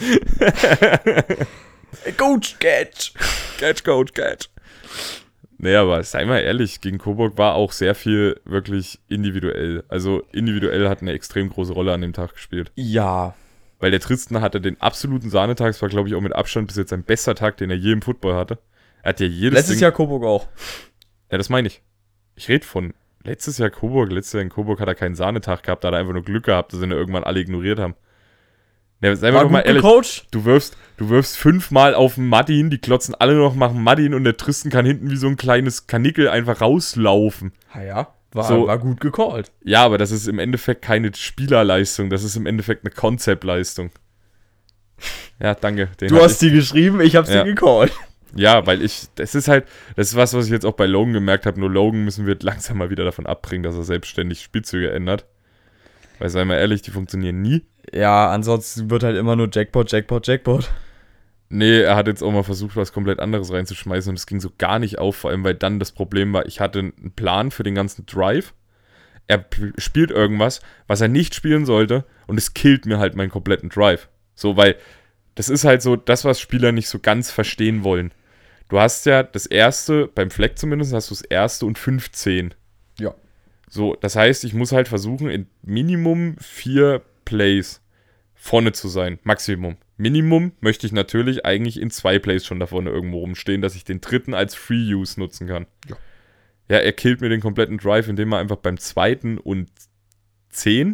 Coach, catch! Catch, Coach, catch. Nee, aber sei mal ehrlich, gegen Coburg war auch sehr viel wirklich individuell. Also individuell hat eine extrem große Rolle an dem Tag gespielt. Ja. Weil der Tristan hatte den absoluten Sahnetag, es war glaube ich auch mit Abstand bis jetzt sein bester Tag, den er je im Football hatte. Er hat ja letztes Jahr Coburg auch. Ja, das meine ich. Ich rede von letztes Jahr in Coburg hat er keinen Sahnetag gehabt, da hat er einfach nur Glück gehabt, dass ihn irgendwann alle ignoriert haben. Ja, sei mir doch mal ehrlich, du wirfst 5-mal auf den Martin, die klotzen alle nur noch, machen Martin und der Tristan kann hinten wie so ein kleines Kanickel einfach rauslaufen. Ja, war gut gecallt. Ja, aber das ist im Endeffekt keine Spielerleistung, das ist im Endeffekt eine Konzeptleistung. Ja, danke. Du hast die geschrieben, ich habe sie gecallt. Ja, weil das ist was ich jetzt auch bei Logan gemerkt habe, nur Logan müssen wir langsam mal wieder davon abbringen, dass er selbstständig Spielzüge ändert. Weil, sei mal ehrlich, die funktionieren nie. Ja, ansonsten wird halt immer nur Jackpot. Nee, er hat jetzt auch mal versucht, was komplett anderes reinzuschmeißen und es ging so gar nicht auf, vor allem, weil dann das Problem war, ich hatte einen Plan für den ganzen Drive. Er spielt irgendwas, was er nicht spielen sollte und es killt mir halt meinen kompletten Drive. So, weil das ist halt so das, was Spieler nicht so ganz verstehen wollen. Du hast ja das erste, beim Fleck zumindest, hast du das erste und 15. Ja. So, das heißt, ich muss halt versuchen, in Minimum 4 Plays vorne zu sein. Maximum. Minimum möchte ich natürlich eigentlich in 2 Plays schon da vorne irgendwo rumstehen, dass ich den dritten als Free-Use nutzen kann. Ja, er killt mir den kompletten Drive, indem er einfach beim 2. und 10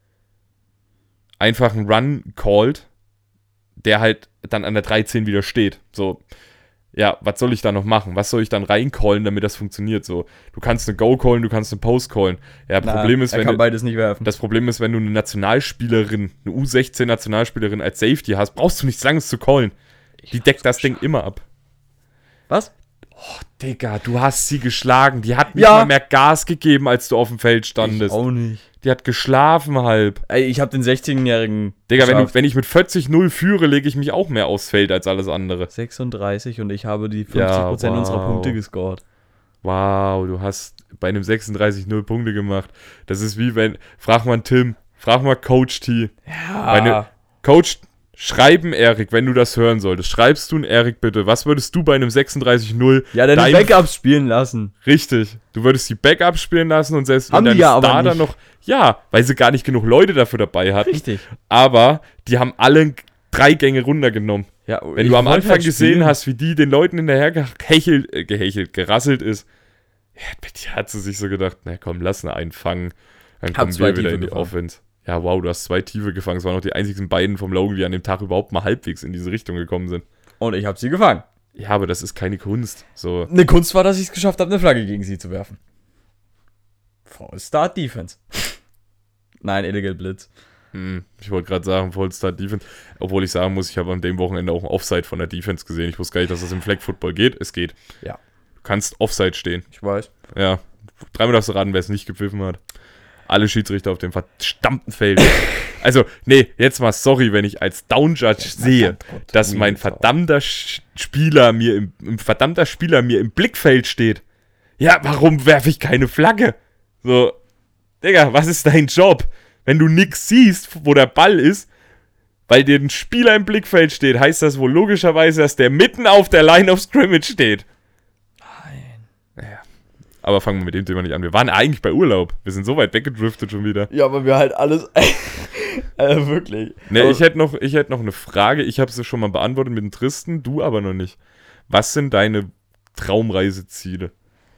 einfach einen Run callt, der halt dann an der 13 wieder steht. So, ja, was soll ich da noch machen? Was soll ich dann reincallen, damit das funktioniert? So, du kannst eine Go callen, du kannst eine Post callen. Ja, Problem ist, er kann beides nicht werfen. Das Problem ist, wenn du eine Nationalspielerin, eine U16-Nationalspielerin als Safety hast, brauchst du nichts Langes zu callen. Die deckt das Ding immer ab. Was? Oh, Digga, du hast sie geschlagen. Die hat nicht mal mehr Gas gegeben, als du auf dem Feld standest. Ich auch nicht. Die hat geschlafen halb. Ey, ich hab den 16-Jährigen Digga, wenn ich mit 40-0 führe, lege ich mich auch mehr aufs Feld als alles andere. 36 und ich habe die 50% unserer Punkte gescored. Wow, du hast bei einem 36-0 Punkte gemacht. Das ist wie wenn, frag mal Tim, frag mal Coach T. Ja. Coach, schreiben Erik, wenn du das hören solltest. Schreibst du einen Erik bitte, was würdest du bei einem 36-0... Ja, deine Backups spielen lassen. Richtig. Du würdest die Backups spielen lassen und selbst wenn dein Starter noch... Ja, weil sie gar nicht genug Leute dafür dabei hatten. Richtig. Aber die haben alle 3 Gänge runtergenommen. Ja, wenn du am Anfang gesehen hast, wie die den Leuten hinterher gerasselt ist, ja, mit dir hat sie sich so gedacht, na komm, lass ihn einfangen. Dann kommen wir wieder in die Offense. Ja, wow, du hast 2 Tiefe gefangen. Es waren noch die einzigen beiden vom Logan, die an dem Tag überhaupt mal halbwegs in diese Richtung gekommen sind. Und ich habe sie gefangen. Ja, aber das ist keine Kunst. So. Eine Kunst war, dass ich es geschafft habe, eine Flagge gegen sie zu werfen. Full Start Defense. Nein, Illegal Blitz. Ich wollte gerade sagen, Full Start Defense. Obwohl ich sagen muss, ich habe an dem Wochenende auch ein Offside von der Defense gesehen. Ich wusste gar nicht, dass das im Flag Football geht. Es geht. Ja. Du kannst Offside stehen. Ich weiß. Ja. Dreimal darfst du raten, wer es nicht gepfiffen hat. Alle Schiedsrichter auf dem verdammten Feld. Also, nee, jetzt mal sorry, wenn ich als Down-Judge sehe, dass mein verdammter Spieler mir im Blickfeld steht. Ja, warum werfe ich keine Flagge? So, Digga, was ist dein Job? Wenn du nix siehst, wo der Ball ist, weil dir ein Spieler im Blickfeld steht, heißt das wohl logischerweise, dass der mitten auf der Line of Scrimmage steht. Nein. Naja. Aber fangen wir mit dem Thema nicht an. Wir waren eigentlich bei Urlaub. Wir sind so weit weggedriftet schon wieder. Ja, aber wir halt alles... wirklich. Ne, ich hätte noch eine Frage. Ich habe sie schon mal beantwortet mit dem Tristan, du aber noch nicht. Was sind deine Traumreiseziele?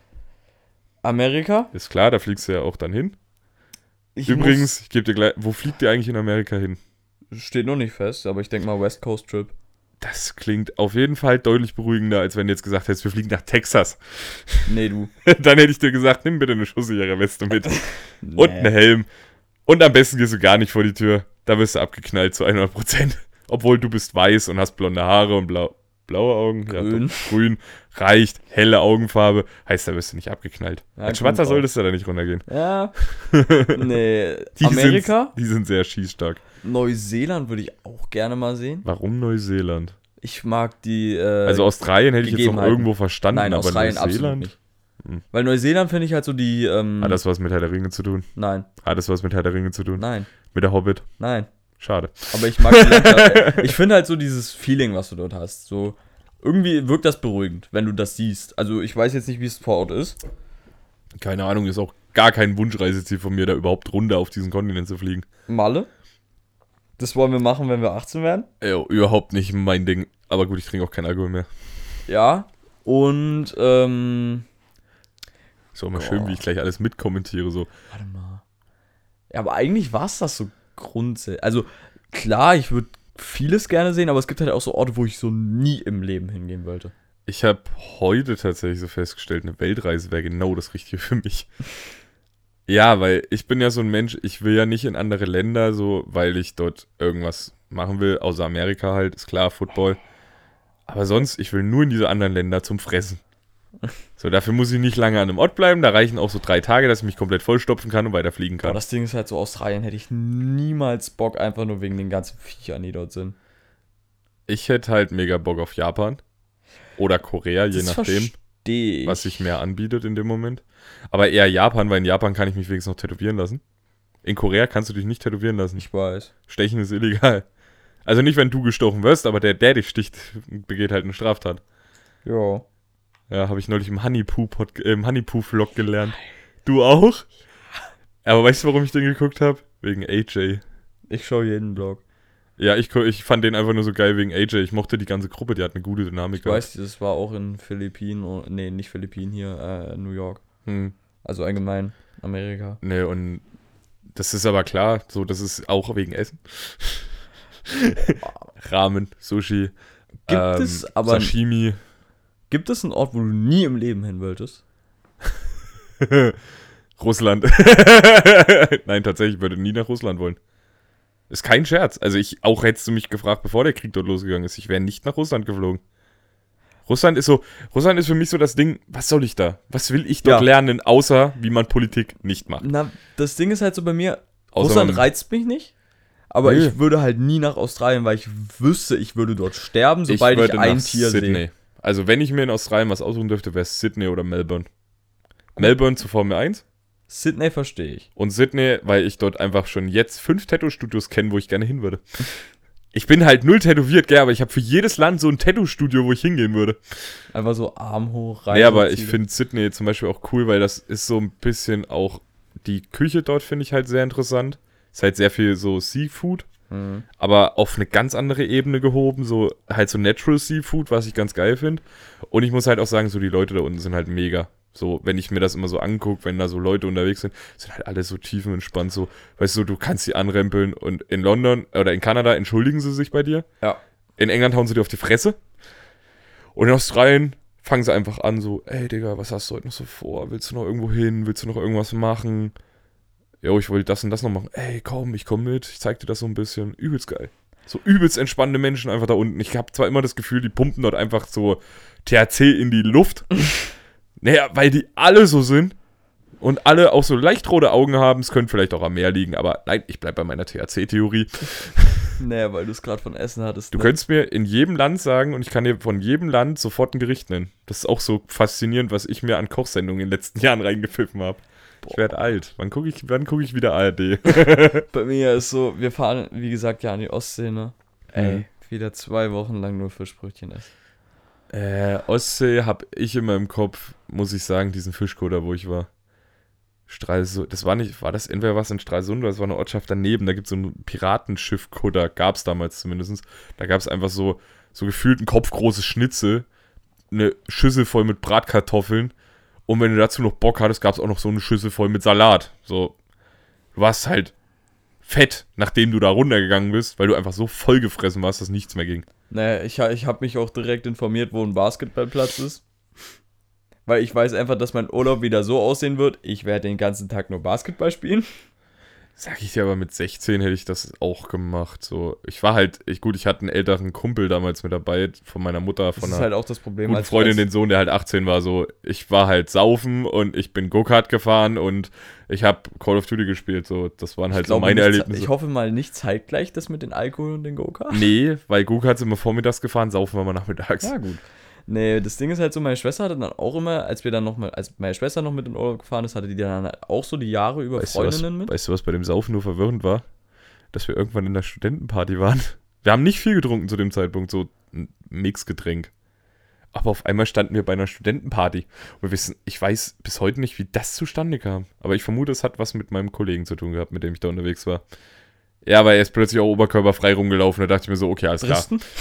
Amerika? Ist klar, da fliegst du ja auch dann hin. Übrigens, ich gebe dir gleich... Wo fliegt ihr eigentlich in Amerika hin? Steht noch nicht fest, aber ich denke mal West Coast Trip. Das klingt auf jeden Fall deutlich beruhigender, als wenn du jetzt gesagt hättest, wir fliegen nach Texas. Nee, du. Dann hätte ich dir gesagt, nimm bitte eine schusssichere Weste mit. Und einen Helm. Und am besten gehst du gar nicht vor die Tür. Da wirst du abgeknallt zu 100%. Obwohl du bist weiß und hast blonde Haare und blaue Augen. Grün. Ja, grün. Reicht. Helle Augenfarbe. Heißt, da wirst du nicht abgeknallt. Ja, als Schwarzer solltest du da nicht runtergehen. Ja. Nee. Amerika? Die sind sehr schießstark. Neuseeland würde ich auch gerne mal sehen. Warum Neuseeland? Ich mag die also Australien hätte ich jetzt noch irgendwo verstanden, nein, aber Australien Neuseeland? Absolut nicht. Weil Neuseeland finde ich halt so die... Hat das was mit Herr der Ringe zu tun? Nein. Hat das was mit Herr der Ringe zu tun? Nein. Mit der Hobbit? Nein. Schade. Aber ich mag die Landschaft. Ich finde halt so dieses Feeling, was du dort hast. So, irgendwie wirkt das beruhigend, wenn du das siehst. Also ich weiß jetzt nicht, wie es vor Ort ist. Keine Ahnung, ist auch gar kein Wunschreiseziel von mir, da überhaupt runter auf diesen Kontinent zu fliegen. Malle? Das wollen wir machen, wenn wir 18 werden? Überhaupt nicht mein Ding. Aber gut, ich trinke auch keinen Alkohol mehr. Ja. Und, Ist auch mal schön, wie ich gleich alles mitkommentiere. So. Warte mal. Ja, aber eigentlich war es das so grundsätzlich. Also, klar, ich würde vieles gerne sehen, aber es gibt halt auch so Orte, wo ich so nie im Leben hingehen wollte. Ich habe heute tatsächlich so festgestellt, eine Weltreise wäre genau das Richtige für mich. Ja, weil ich bin ja so ein Mensch, ich will ja nicht in andere Länder, so, weil ich dort irgendwas machen will, außer Amerika halt, ist klar, Football. Aber sonst, ich will nur in diese anderen Länder zum Fressen. So, dafür muss ich nicht lange an einem Ort bleiben, da reichen auch so 3 Tage, dass ich mich komplett vollstopfen kann und weiter fliegen kann. Aber das Ding ist halt so, Australien hätte ich niemals Bock, einfach nur wegen den ganzen Viechern, die dort sind. Ich hätte halt mega Bock auf Japan oder Korea, je nachdem, was sich mehr anbietet in dem Moment. Aber eher Japan, weil in Japan kann ich mich wenigstens noch tätowieren lassen. In Korea kannst du dich nicht tätowieren lassen. Ich weiß. Stechen ist illegal. Also nicht, wenn du gestochen wirst, aber der dich sticht, begeht halt eine Straftat. Ja. Ja, habe ich neulich im Honeypoo-Vlog gelernt. Du auch? Aber weißt du, warum ich den geguckt habe? Wegen AJ. Ich schaue jeden Vlog. Ja, ich fand den einfach nur so geil wegen AJ. Ich mochte die ganze Gruppe, die hat eine gute Dynamik. Ich weiß, das war auch in Philippinen, nee, nicht Philippinen, hier, New York. Also allgemein Amerika. Nee, und das ist aber klar, so, das ist auch wegen Essen. Ramen, Sushi, Sashimi. Gibt es einen Ort, wo du nie im Leben hin wolltest? Russland. Nein, tatsächlich, ich würde nie nach Russland wollen. Ist kein Scherz. Also auch hättest du mich gefragt, bevor der Krieg dort losgegangen ist, ich wäre nicht nach Russland geflogen. Russland ist für mich so das Ding, was soll ich da? Was will ich dort lernen, außer wie man Politik nicht macht? Na, das Ding ist halt so bei mir, Außer Russland reizt mich nicht, aber Nee. ich würde halt nie nach Australien, weil ich wüsste, ich würde dort sterben, sobald ich ein Tier Sydney. sehe. Also wenn ich mir in Australien was aussuchen dürfte, wäre es Sydney oder Melbourne. Melbourne zur Formel 1 Sydney verstehe ich. und Sydney, weil ich dort einfach schon jetzt 5 Tattoo-Studios kenne, wo ich gerne hin würde. Ich bin halt null tätowiert, gell, aber ich habe für jedes Land so ein Tattoo-Studio, wo ich hingehen würde. Einfach so Arm hoch, rein. Nee, aber ich finde Sydney zum Beispiel auch cool, weil das ist so ein bisschen auch, die Küche dort finde ich halt sehr interessant. Ist halt sehr viel so Seafood, aber auf eine ganz andere Ebene gehoben, so halt so Natural Seafood, was ich ganz geil finde. Und ich muss halt auch sagen, so die Leute da unten sind halt mega. So, wenn ich mir das immer so angucke, wenn da so Leute unterwegs sind halt alle so tiefenentspannt, so, weißt du, du kannst sie anrempeln und in London oder in Kanada entschuldigen sie sich bei dir. Ja. In England hauen sie dir auf die Fresse. Und in Australien fangen sie einfach an, so, ey Digga, was hast du heute noch so vor? Willst du noch irgendwo hin? Willst du noch irgendwas machen? Jo, ich wollte das und das noch machen. Ey, komm, ich komm mit, ich zeig dir das so ein bisschen. Übelst geil. So übelst entspannende Menschen einfach da unten. Ich habe zwar immer das Gefühl, die pumpen dort einfach so THC in die Luft. Naja, weil die alle so sind und alle auch so leicht rote Augen haben. Es könnte vielleicht auch am Meer liegen, aber nein, ich bleib bei meiner THC-Theorie. Naja, weil du es gerade von Essen hattest. Du könntest mir in jedem Land sagen und ich kann dir von jedem Land sofort ein Gericht nennen. Das ist auch so faszinierend, was ich mir an Kochsendungen in den letzten Jahren reingepfiffen habe. Ich werde alt. Wann gucke ich wieder ARD? Bei mir ist so, wir fahren, wie gesagt, ja an die Ostsee, ne? Ey, wieder 2 Wochen lang nur Fischbrötchen essen. Ostsee habe ich in meinem Kopf, muss ich sagen, diesen Fischkutter, wo ich war. Stralsund, war das entweder was in Stralsund oder es war eine Ortschaft daneben, da gibt es so einen Piratenschiff-Kutter, gab es damals zumindest. Da gab es einfach so gefühlt ein kopfgroßes Schnitzel, eine Schüssel voll mit Bratkartoffeln und wenn du dazu noch Bock hattest, gab es auch noch so eine Schüssel voll mit Salat. So, du warst halt fett, nachdem du da runtergegangen bist, weil du einfach so voll gefressen warst, dass nichts mehr ging. Naja, ich habe mich auch direkt informiert, wo ein Basketballplatz ist. Weil ich weiß einfach, dass mein Urlaub wieder so aussehen wird, ich werde den ganzen Tag nur Basketball spielen. Sag ich dir aber, mit 16 hätte ich das auch gemacht. So, ich hatte einen älteren Kumpel damals mit dabei, von meiner Mutter, von Das ist einer halt auch das Problem. guten Freundin, den Sohn, der halt 18 war. So, ich war halt saufen und ich bin Go-Kart gefahren und ich habe Call of Duty gespielt. So, das waren halt so meine Erlebnisse. Ich hoffe mal nicht zeitgleich das mit den Alkohol und den Go-Kart. Nee, weil Go-Kart sind wir vormittags gefahren, saufen wir mal nachmittags. Ja, gut. Nee, das Ding ist halt so, meine Schwester hatte dann auch immer, als meine Schwester noch mit in den Urlaub gefahren ist, hatte die dann halt auch so die Jahre über Freundinnen mit. Weißt du, was bei dem Saufen nur verwirrend war? Dass wir irgendwann in der Studentenparty waren. Wir haben nicht viel getrunken zu dem Zeitpunkt, so ein Mixgetränk. Aber auf einmal standen wir bei einer Studentenparty. Und ich weiß bis heute nicht, wie das zustande kam. Aber ich vermute, es hat was mit meinem Kollegen zu tun gehabt, mit dem ich da unterwegs war. Ja, weil er ist plötzlich auch oberkörperfrei rumgelaufen. Da dachte ich mir so, okay, alles klar.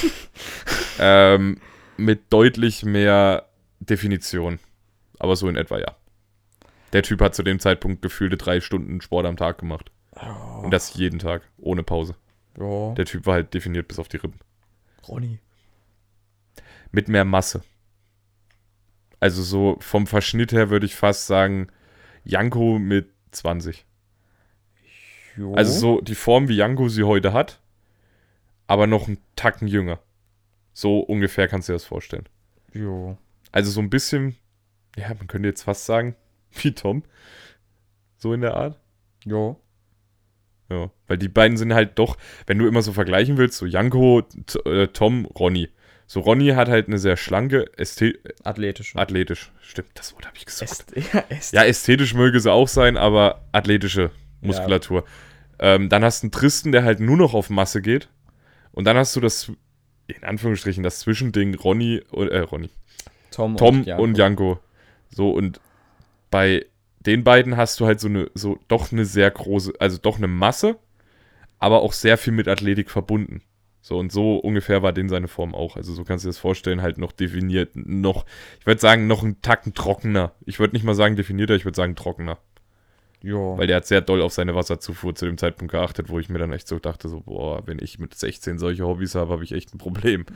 Mit deutlich mehr Definition. Aber so in etwa, ja. Der Typ hat zu dem Zeitpunkt gefühlte 3 Stunden Sport am Tag gemacht. Oh. Und das jeden Tag, ohne Pause. Ja. Der Typ war halt definiert bis auf die Rippen. Ronny. Mit mehr Masse. Also so vom Verschnitt her würde ich fast sagen, Janko mit 20. Jo. Also so die Form, wie Janko sie heute hat, aber noch einen Tacken jünger. So ungefähr kannst du dir das vorstellen. Jo. Also so ein bisschen, ja, man könnte jetzt fast sagen, wie Tom. So in der Art. Jo. Ja, weil die beiden sind halt doch, wenn du immer so vergleichen willst, so Janko, Tom, Ronny. So Ronny hat halt eine sehr schlanke, athletisch, stimmt, das Wort habe ich gesucht. Ja, ästhetisch möge sie auch sein, aber athletische Muskulatur. Ja. Dann hast du einen Tristan, der halt nur noch auf Masse geht. Und dann hast du das, in Anführungsstrichen, das Zwischending Tom und Janko. So, und bei den beiden hast du halt doch eine sehr große, also doch eine Masse, aber auch sehr viel mit Athletik verbunden. So und so ungefähr war den seine Form auch. Also so kannst du dir das vorstellen, halt noch definiert, ich würde sagen, noch einen Tacken trockener. Ich würde nicht mal sagen definierter, ich würde sagen trockener. Ja. Weil der hat sehr doll auf seine Wasserzufuhr zu dem Zeitpunkt geachtet, wo ich mir dann echt so dachte, so, boah, wenn ich mit 16 solche Hobbys habe, habe ich echt ein Problem.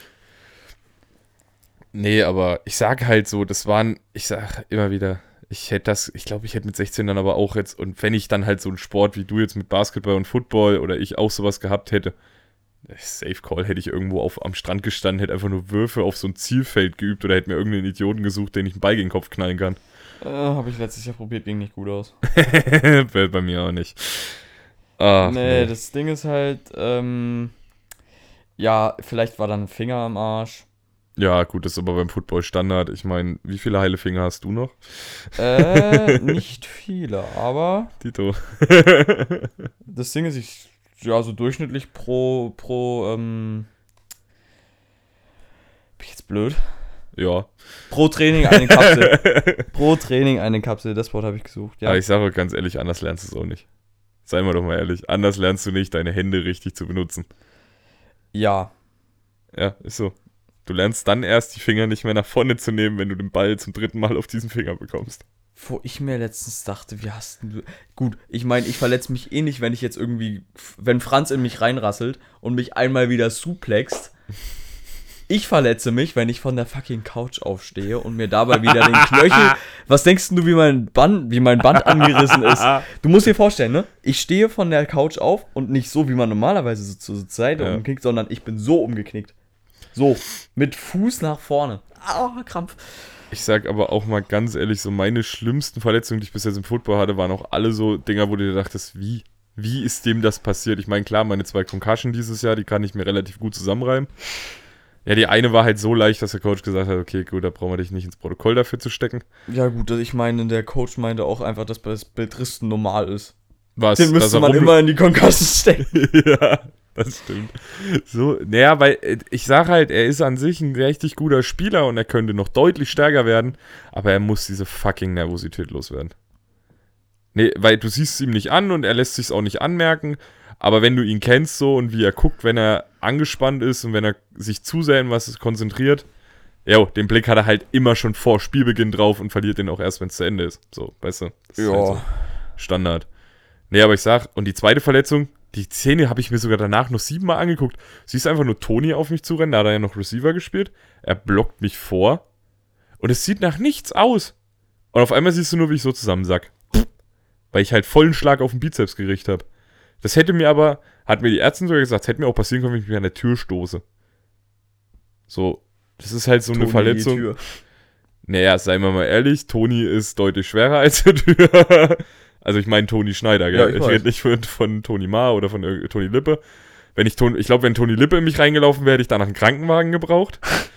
Nee, aber ich sag halt so, ich sag immer wieder, ich glaube, ich hätte mit 16 dann aber auch jetzt, und wenn ich dann halt so einen Sport wie du jetzt mit Basketball und Football oder ich auch sowas gehabt hätte, Safe Call, hätte ich irgendwo am Strand gestanden, hätte einfach nur Würfe auf so ein Zielfeld geübt oder hätte mir irgendeinen Idioten gesucht, den ich einen Ball gegen den Kopf knallen kann. Habe ich letztes Jahr probiert, ging nicht gut aus. Bei mir auch nicht. Ach, nee, das Ding ist halt, ja, vielleicht war dann ein Finger am Arsch. Ja, gut, das ist aber beim Football Standard. Ich meine, wie viele heile Finger hast du noch? Nicht viele, aber Tito. das Ding ist, so durchschnittlich bin ich jetzt blöd? Ja. Pro Training eine Kapsel. Pro Training eine Kapsel, das Wort habe ich gesucht, ja. Aber ich sage ganz ehrlich, anders lernst du es auch nicht. Seien wir doch mal ehrlich. Anders lernst du nicht, deine Hände richtig zu benutzen. Ja. Ja, ist so. Du lernst dann erst, die Finger nicht mehr nach vorne zu nehmen, wenn du den Ball zum 3. Mal auf diesen Finger bekommst. Wo ich mir letztens dachte, wie hast du... Gut, ich meine, ich verletze mich eh nicht, wenn ich jetzt irgendwie... Wenn Franz in mich reinrasselt und mich einmal wieder suplext. Ich verletze mich, wenn ich von der fucking Couch aufstehe und mir dabei wieder den Knöchel... Was denkst du, wie mein Band angerissen ist? Du musst dir vorstellen, ne? Ich stehe von der Couch auf und nicht so, wie man normalerweise so zur Seite umknickt, sondern ich bin so umgeknickt. So, mit Fuß nach vorne. Krampf. Ich sag aber auch mal ganz ehrlich, so meine schlimmsten Verletzungen, die ich bis jetzt im Football hatte, waren auch alle so Dinger, wo du dir dachtest, wie ist dem das passiert? Ich meine, klar, meine 2 Concussion dieses Jahr, die kann ich mir relativ gut zusammenreimen. Ja, die eine war halt so leicht, dass der Coach gesagt hat, okay, gut, da brauchen wir dich nicht ins Protokoll dafür zu stecken. Ja gut, ich meine, der Coach meinte auch einfach, dass bei Bildristen normal ist. Was? Den müsste man immer in die Concussion stecken. Ja, das stimmt. So, naja, weil ich sag halt, er ist an sich ein richtig guter Spieler und er könnte noch deutlich stärker werden, aber er muss diese fucking Nervosität loswerden. Nee, weil du siehst es ihm nicht an und er lässt sich's auch nicht anmerken, aber wenn du ihn kennst so und wie er guckt, wenn er angespannt ist und wenn er sich zu sehr in was konzentriert, den Blick hat er halt immer schon vor Spielbeginn drauf und verliert den auch erst, wenn es zu Ende ist. So, weißt du? Das ist halt so Standard. Nee, aber ich sag, und die zweite Verletzung, die Szene habe ich mir sogar danach noch 7 Mal angeguckt. Siehst einfach nur Toni auf mich zurennen, da hat er ja noch Receiver gespielt. Er blockt mich vor und es sieht nach nichts aus. Und auf einmal siehst du nur, wie ich so zusammensack. Weil ich halt vollen Schlag auf den Bizeps gerichtet habe. Das hätte mir aber, hat mir die Ärztin sogar gesagt, hätte mir auch passieren können, wenn ich mich an der Tür stoße. So, das ist halt so eine Verletzung. Die Tür. Naja, seien wir mal ehrlich, Toni ist deutlich schwerer als die Tür. Also ich meine Toni Schneider, gell? Ja, ich rede nicht von Toni Ma oder von Toni Lippe. Ich glaube, wenn Toni Lippe in mich reingelaufen wäre, hätte ich danach einen Krankenwagen gebraucht.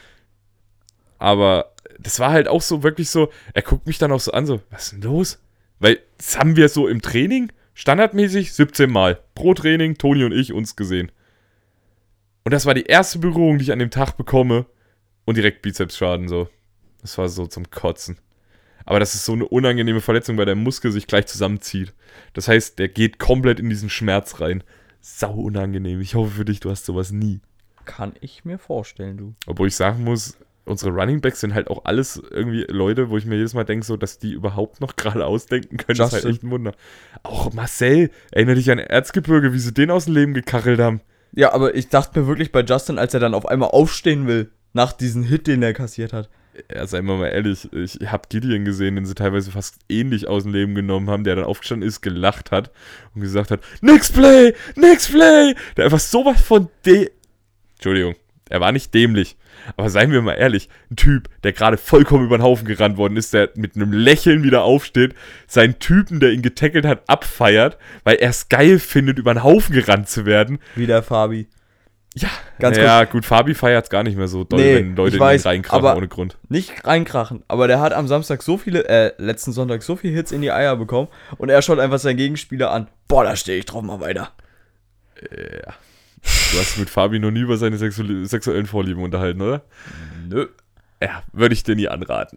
Aber das war halt auch so wirklich so, er guckt mich dann auch so an, so, was ist denn los? Weil das haben wir so im Training, standardmäßig 17 Mal pro Training, Toni und ich uns gesehen. Und das war die erste Berührung, die ich an dem Tag bekomme und direkt Bizepsschaden so. Das war so zum Kotzen. Aber das ist so eine unangenehme Verletzung, weil der Muskel sich gleich zusammenzieht. Das heißt, der geht komplett in diesen Schmerz rein. Sau unangenehm. Ich hoffe für dich, du hast sowas nie. Kann ich mir vorstellen, du. Obwohl ich sagen muss, unsere Runningbacks sind halt auch alles irgendwie Leute, wo ich mir jedes Mal denke, so, dass die überhaupt noch gerade ausdenken können. Justin. Das ist halt echt ein Wunder. Auch Marcel, erinnere dich an Erzgebirge, wie sie den aus dem Leben gekachelt haben. Ja, aber ich dachte mir wirklich bei Justin, als er dann auf einmal aufstehen will, nach diesem Hit, den er kassiert hat. Ja, seien wir mal ehrlich, ich habe Gideon gesehen, den sie teilweise fast ähnlich aus dem Leben genommen haben, der dann aufgestanden ist, gelacht hat und gesagt hat, Next Play! Der einfach sowas von Entschuldigung, er war nicht dämlich, aber seien wir mal ehrlich, ein Typ, der gerade vollkommen über den Haufen gerannt worden ist, der mit einem Lächeln wieder aufsteht, seinen Typen, der ihn getackelt hat, abfeiert, weil er es geil findet, über den Haufen gerannt zu werden. Wie der Fabi. Ja, ganz gut, Fabi feiert es gar nicht mehr so doll, wenn Leute in ihn reinkrachen ohne Grund. Nicht reinkrachen, aber der hat am Samstag letzten Sonntag so viele Hits in die Eier bekommen und er schaut einfach seinen Gegenspieler an. Boah, da stehe ich drauf, mal weiter. Ja. Du hast mit Fabi noch nie über seine sexuellen Vorlieben unterhalten, oder? Nö. Ja, würde ich dir nie anraten.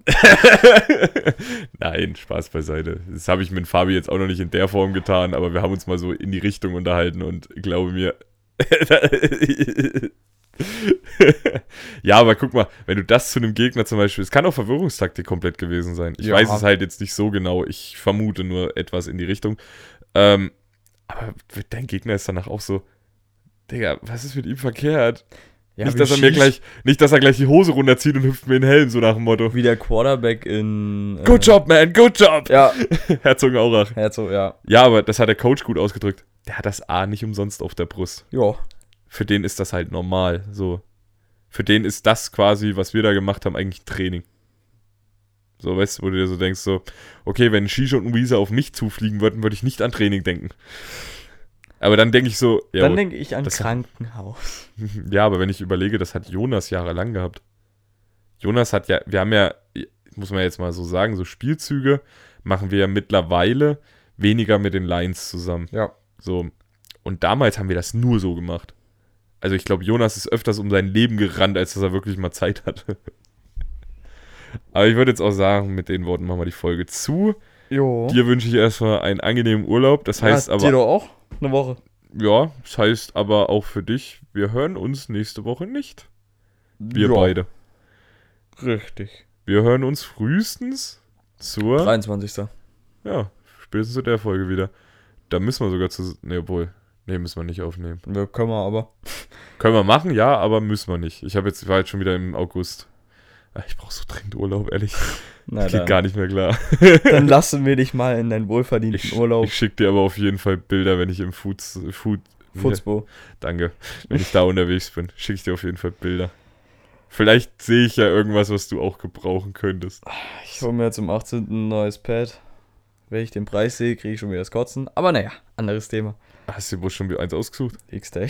Nein, Spaß beiseite. Das habe ich mit Fabi jetzt auch noch nicht in der Form getan, aber wir haben uns mal so in die Richtung unterhalten und glaube mir. Ja, aber guck mal, wenn du das zu einem Gegner zum Beispiel, es kann auch Verwirrungstaktik komplett gewesen sein. Ich weiß es halt jetzt nicht so genau, ich vermute nur etwas in die Richtung. Aber dein Gegner ist danach auch so, Digga, was ist mit ihm verkehrt? Ja, nicht, dass er gleich die Hose runterzieht und hüpft mir in den Helm, so nach dem Motto. Wie der Quarterback in... Good job, man, good job! Ja. Herzogenaurach. Ja. Ja, aber das hat der Coach gut ausgedrückt. Der hat das A nicht umsonst auf der Brust. Ja. Für den ist das halt normal, so. Für den ist das quasi, was wir da gemacht haben, eigentlich Training. So, weißt du, wo du dir so denkst, so, okay, wenn Shisha und Luisa auf mich zufliegen würden, würde ich nicht an Training denken. Aber dann denke ich so... Ja, dann denke ich an Krankenhaus. Ja, aber wenn ich überlege, das hat Jonas jahrelang gehabt. Jonas hat ja... Wir haben ja, muss man jetzt mal so sagen, so Spielzüge machen wir ja mittlerweile weniger mit den Lines zusammen. Ja. So. Und damals haben wir das nur so gemacht. Also ich glaube, Jonas ist öfters um sein Leben gerannt, als dass er wirklich mal Zeit hatte. Aber ich würde jetzt auch sagen, mit den Worten machen wir die Folge zu. Jo. Dir wünsche ich erstmal einen angenehmen Urlaub. Das heißt aber... Dir doch auch eine Woche. Ja, das heißt aber auch für dich, wir hören uns nächste Woche nicht. Wir beide. Richtig. Wir hören uns frühestens zur... 23. Ja, spätestens zu der Folge wieder. Da müssen wir sogar zu... Ne, obwohl... Ne, müssen wir nicht aufnehmen. Ja, können wir aber. Können wir machen, ja, aber müssen wir nicht. Ich war jetzt schon wieder im August. Ich brauche so dringend Urlaub, ehrlich. Das geht gar nicht mehr klar. Dann lassen wir dich mal in deinen wohlverdienten Urlaub. Ich schicke dir aber auf jeden Fall Bilder, wenn ich im Futsbo. Danke. Wenn ich da unterwegs bin, schicke ich dir auf jeden Fall Bilder. Vielleicht sehe ich ja irgendwas, was du auch gebrauchen könntest. Ich hole mir zum 18. ein neues Pad. Wenn ich den Preis sehe, kriege ich schon wieder das Kotzen. Aber naja, anderes Thema. Hast du wohl schon wieder eins ausgesucht? X-Tech.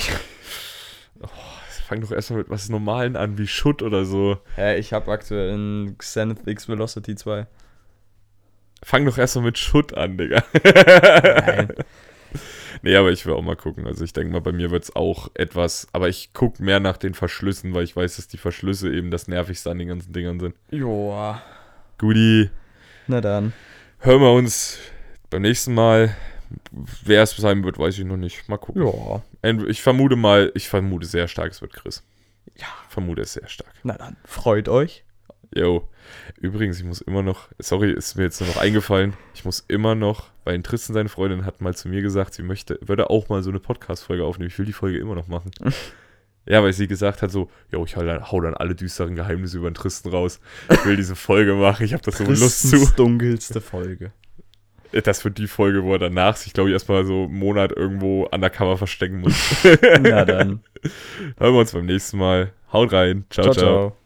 Fang doch erstmal mit was Normalen an, wie Schutt oder so. Ja, ich habe aktuell einen Xenith X Velocity 2. Fang doch erstmal mit Schutt an, Digga. Nein. Nee, aber ich will auch mal gucken. Also ich denke mal, bei mir wird es auch etwas, aber ich gucke mehr nach den Verschlüssen, weil ich weiß, dass die Verschlüsse eben das Nervigste an den ganzen Dingern sind. Joa. Guti. Na dann. Hören wir uns beim nächsten Mal. Wer es sein wird, weiß ich noch nicht. Mal gucken. Ja. Ich vermute sehr stark, es wird Chris. Ja. Vermute es sehr stark. Na dann, freut euch. Jo. Übrigens, ich muss immer noch, sorry, ist mir jetzt nur noch eingefallen, ich muss immer noch, weil Tristan, seine Freundin, hat mal zu mir gesagt, sie würde auch mal so eine Podcast-Folge aufnehmen. Ich will die Folge immer noch machen. Ja, weil sie gesagt hat so, jo, ich hau dann alle düsteren Geheimnisse über den Tristan raus. Ich will diese Folge machen, ich habe da so Lust zu. Dunkelste Folge. Das wird die Folge, wo er danach sich, glaube ich, erstmal so einen Monat irgendwo undercover verstecken muss. Na dann. Hören wir uns beim nächsten Mal. Haut rein. Ciao, ciao.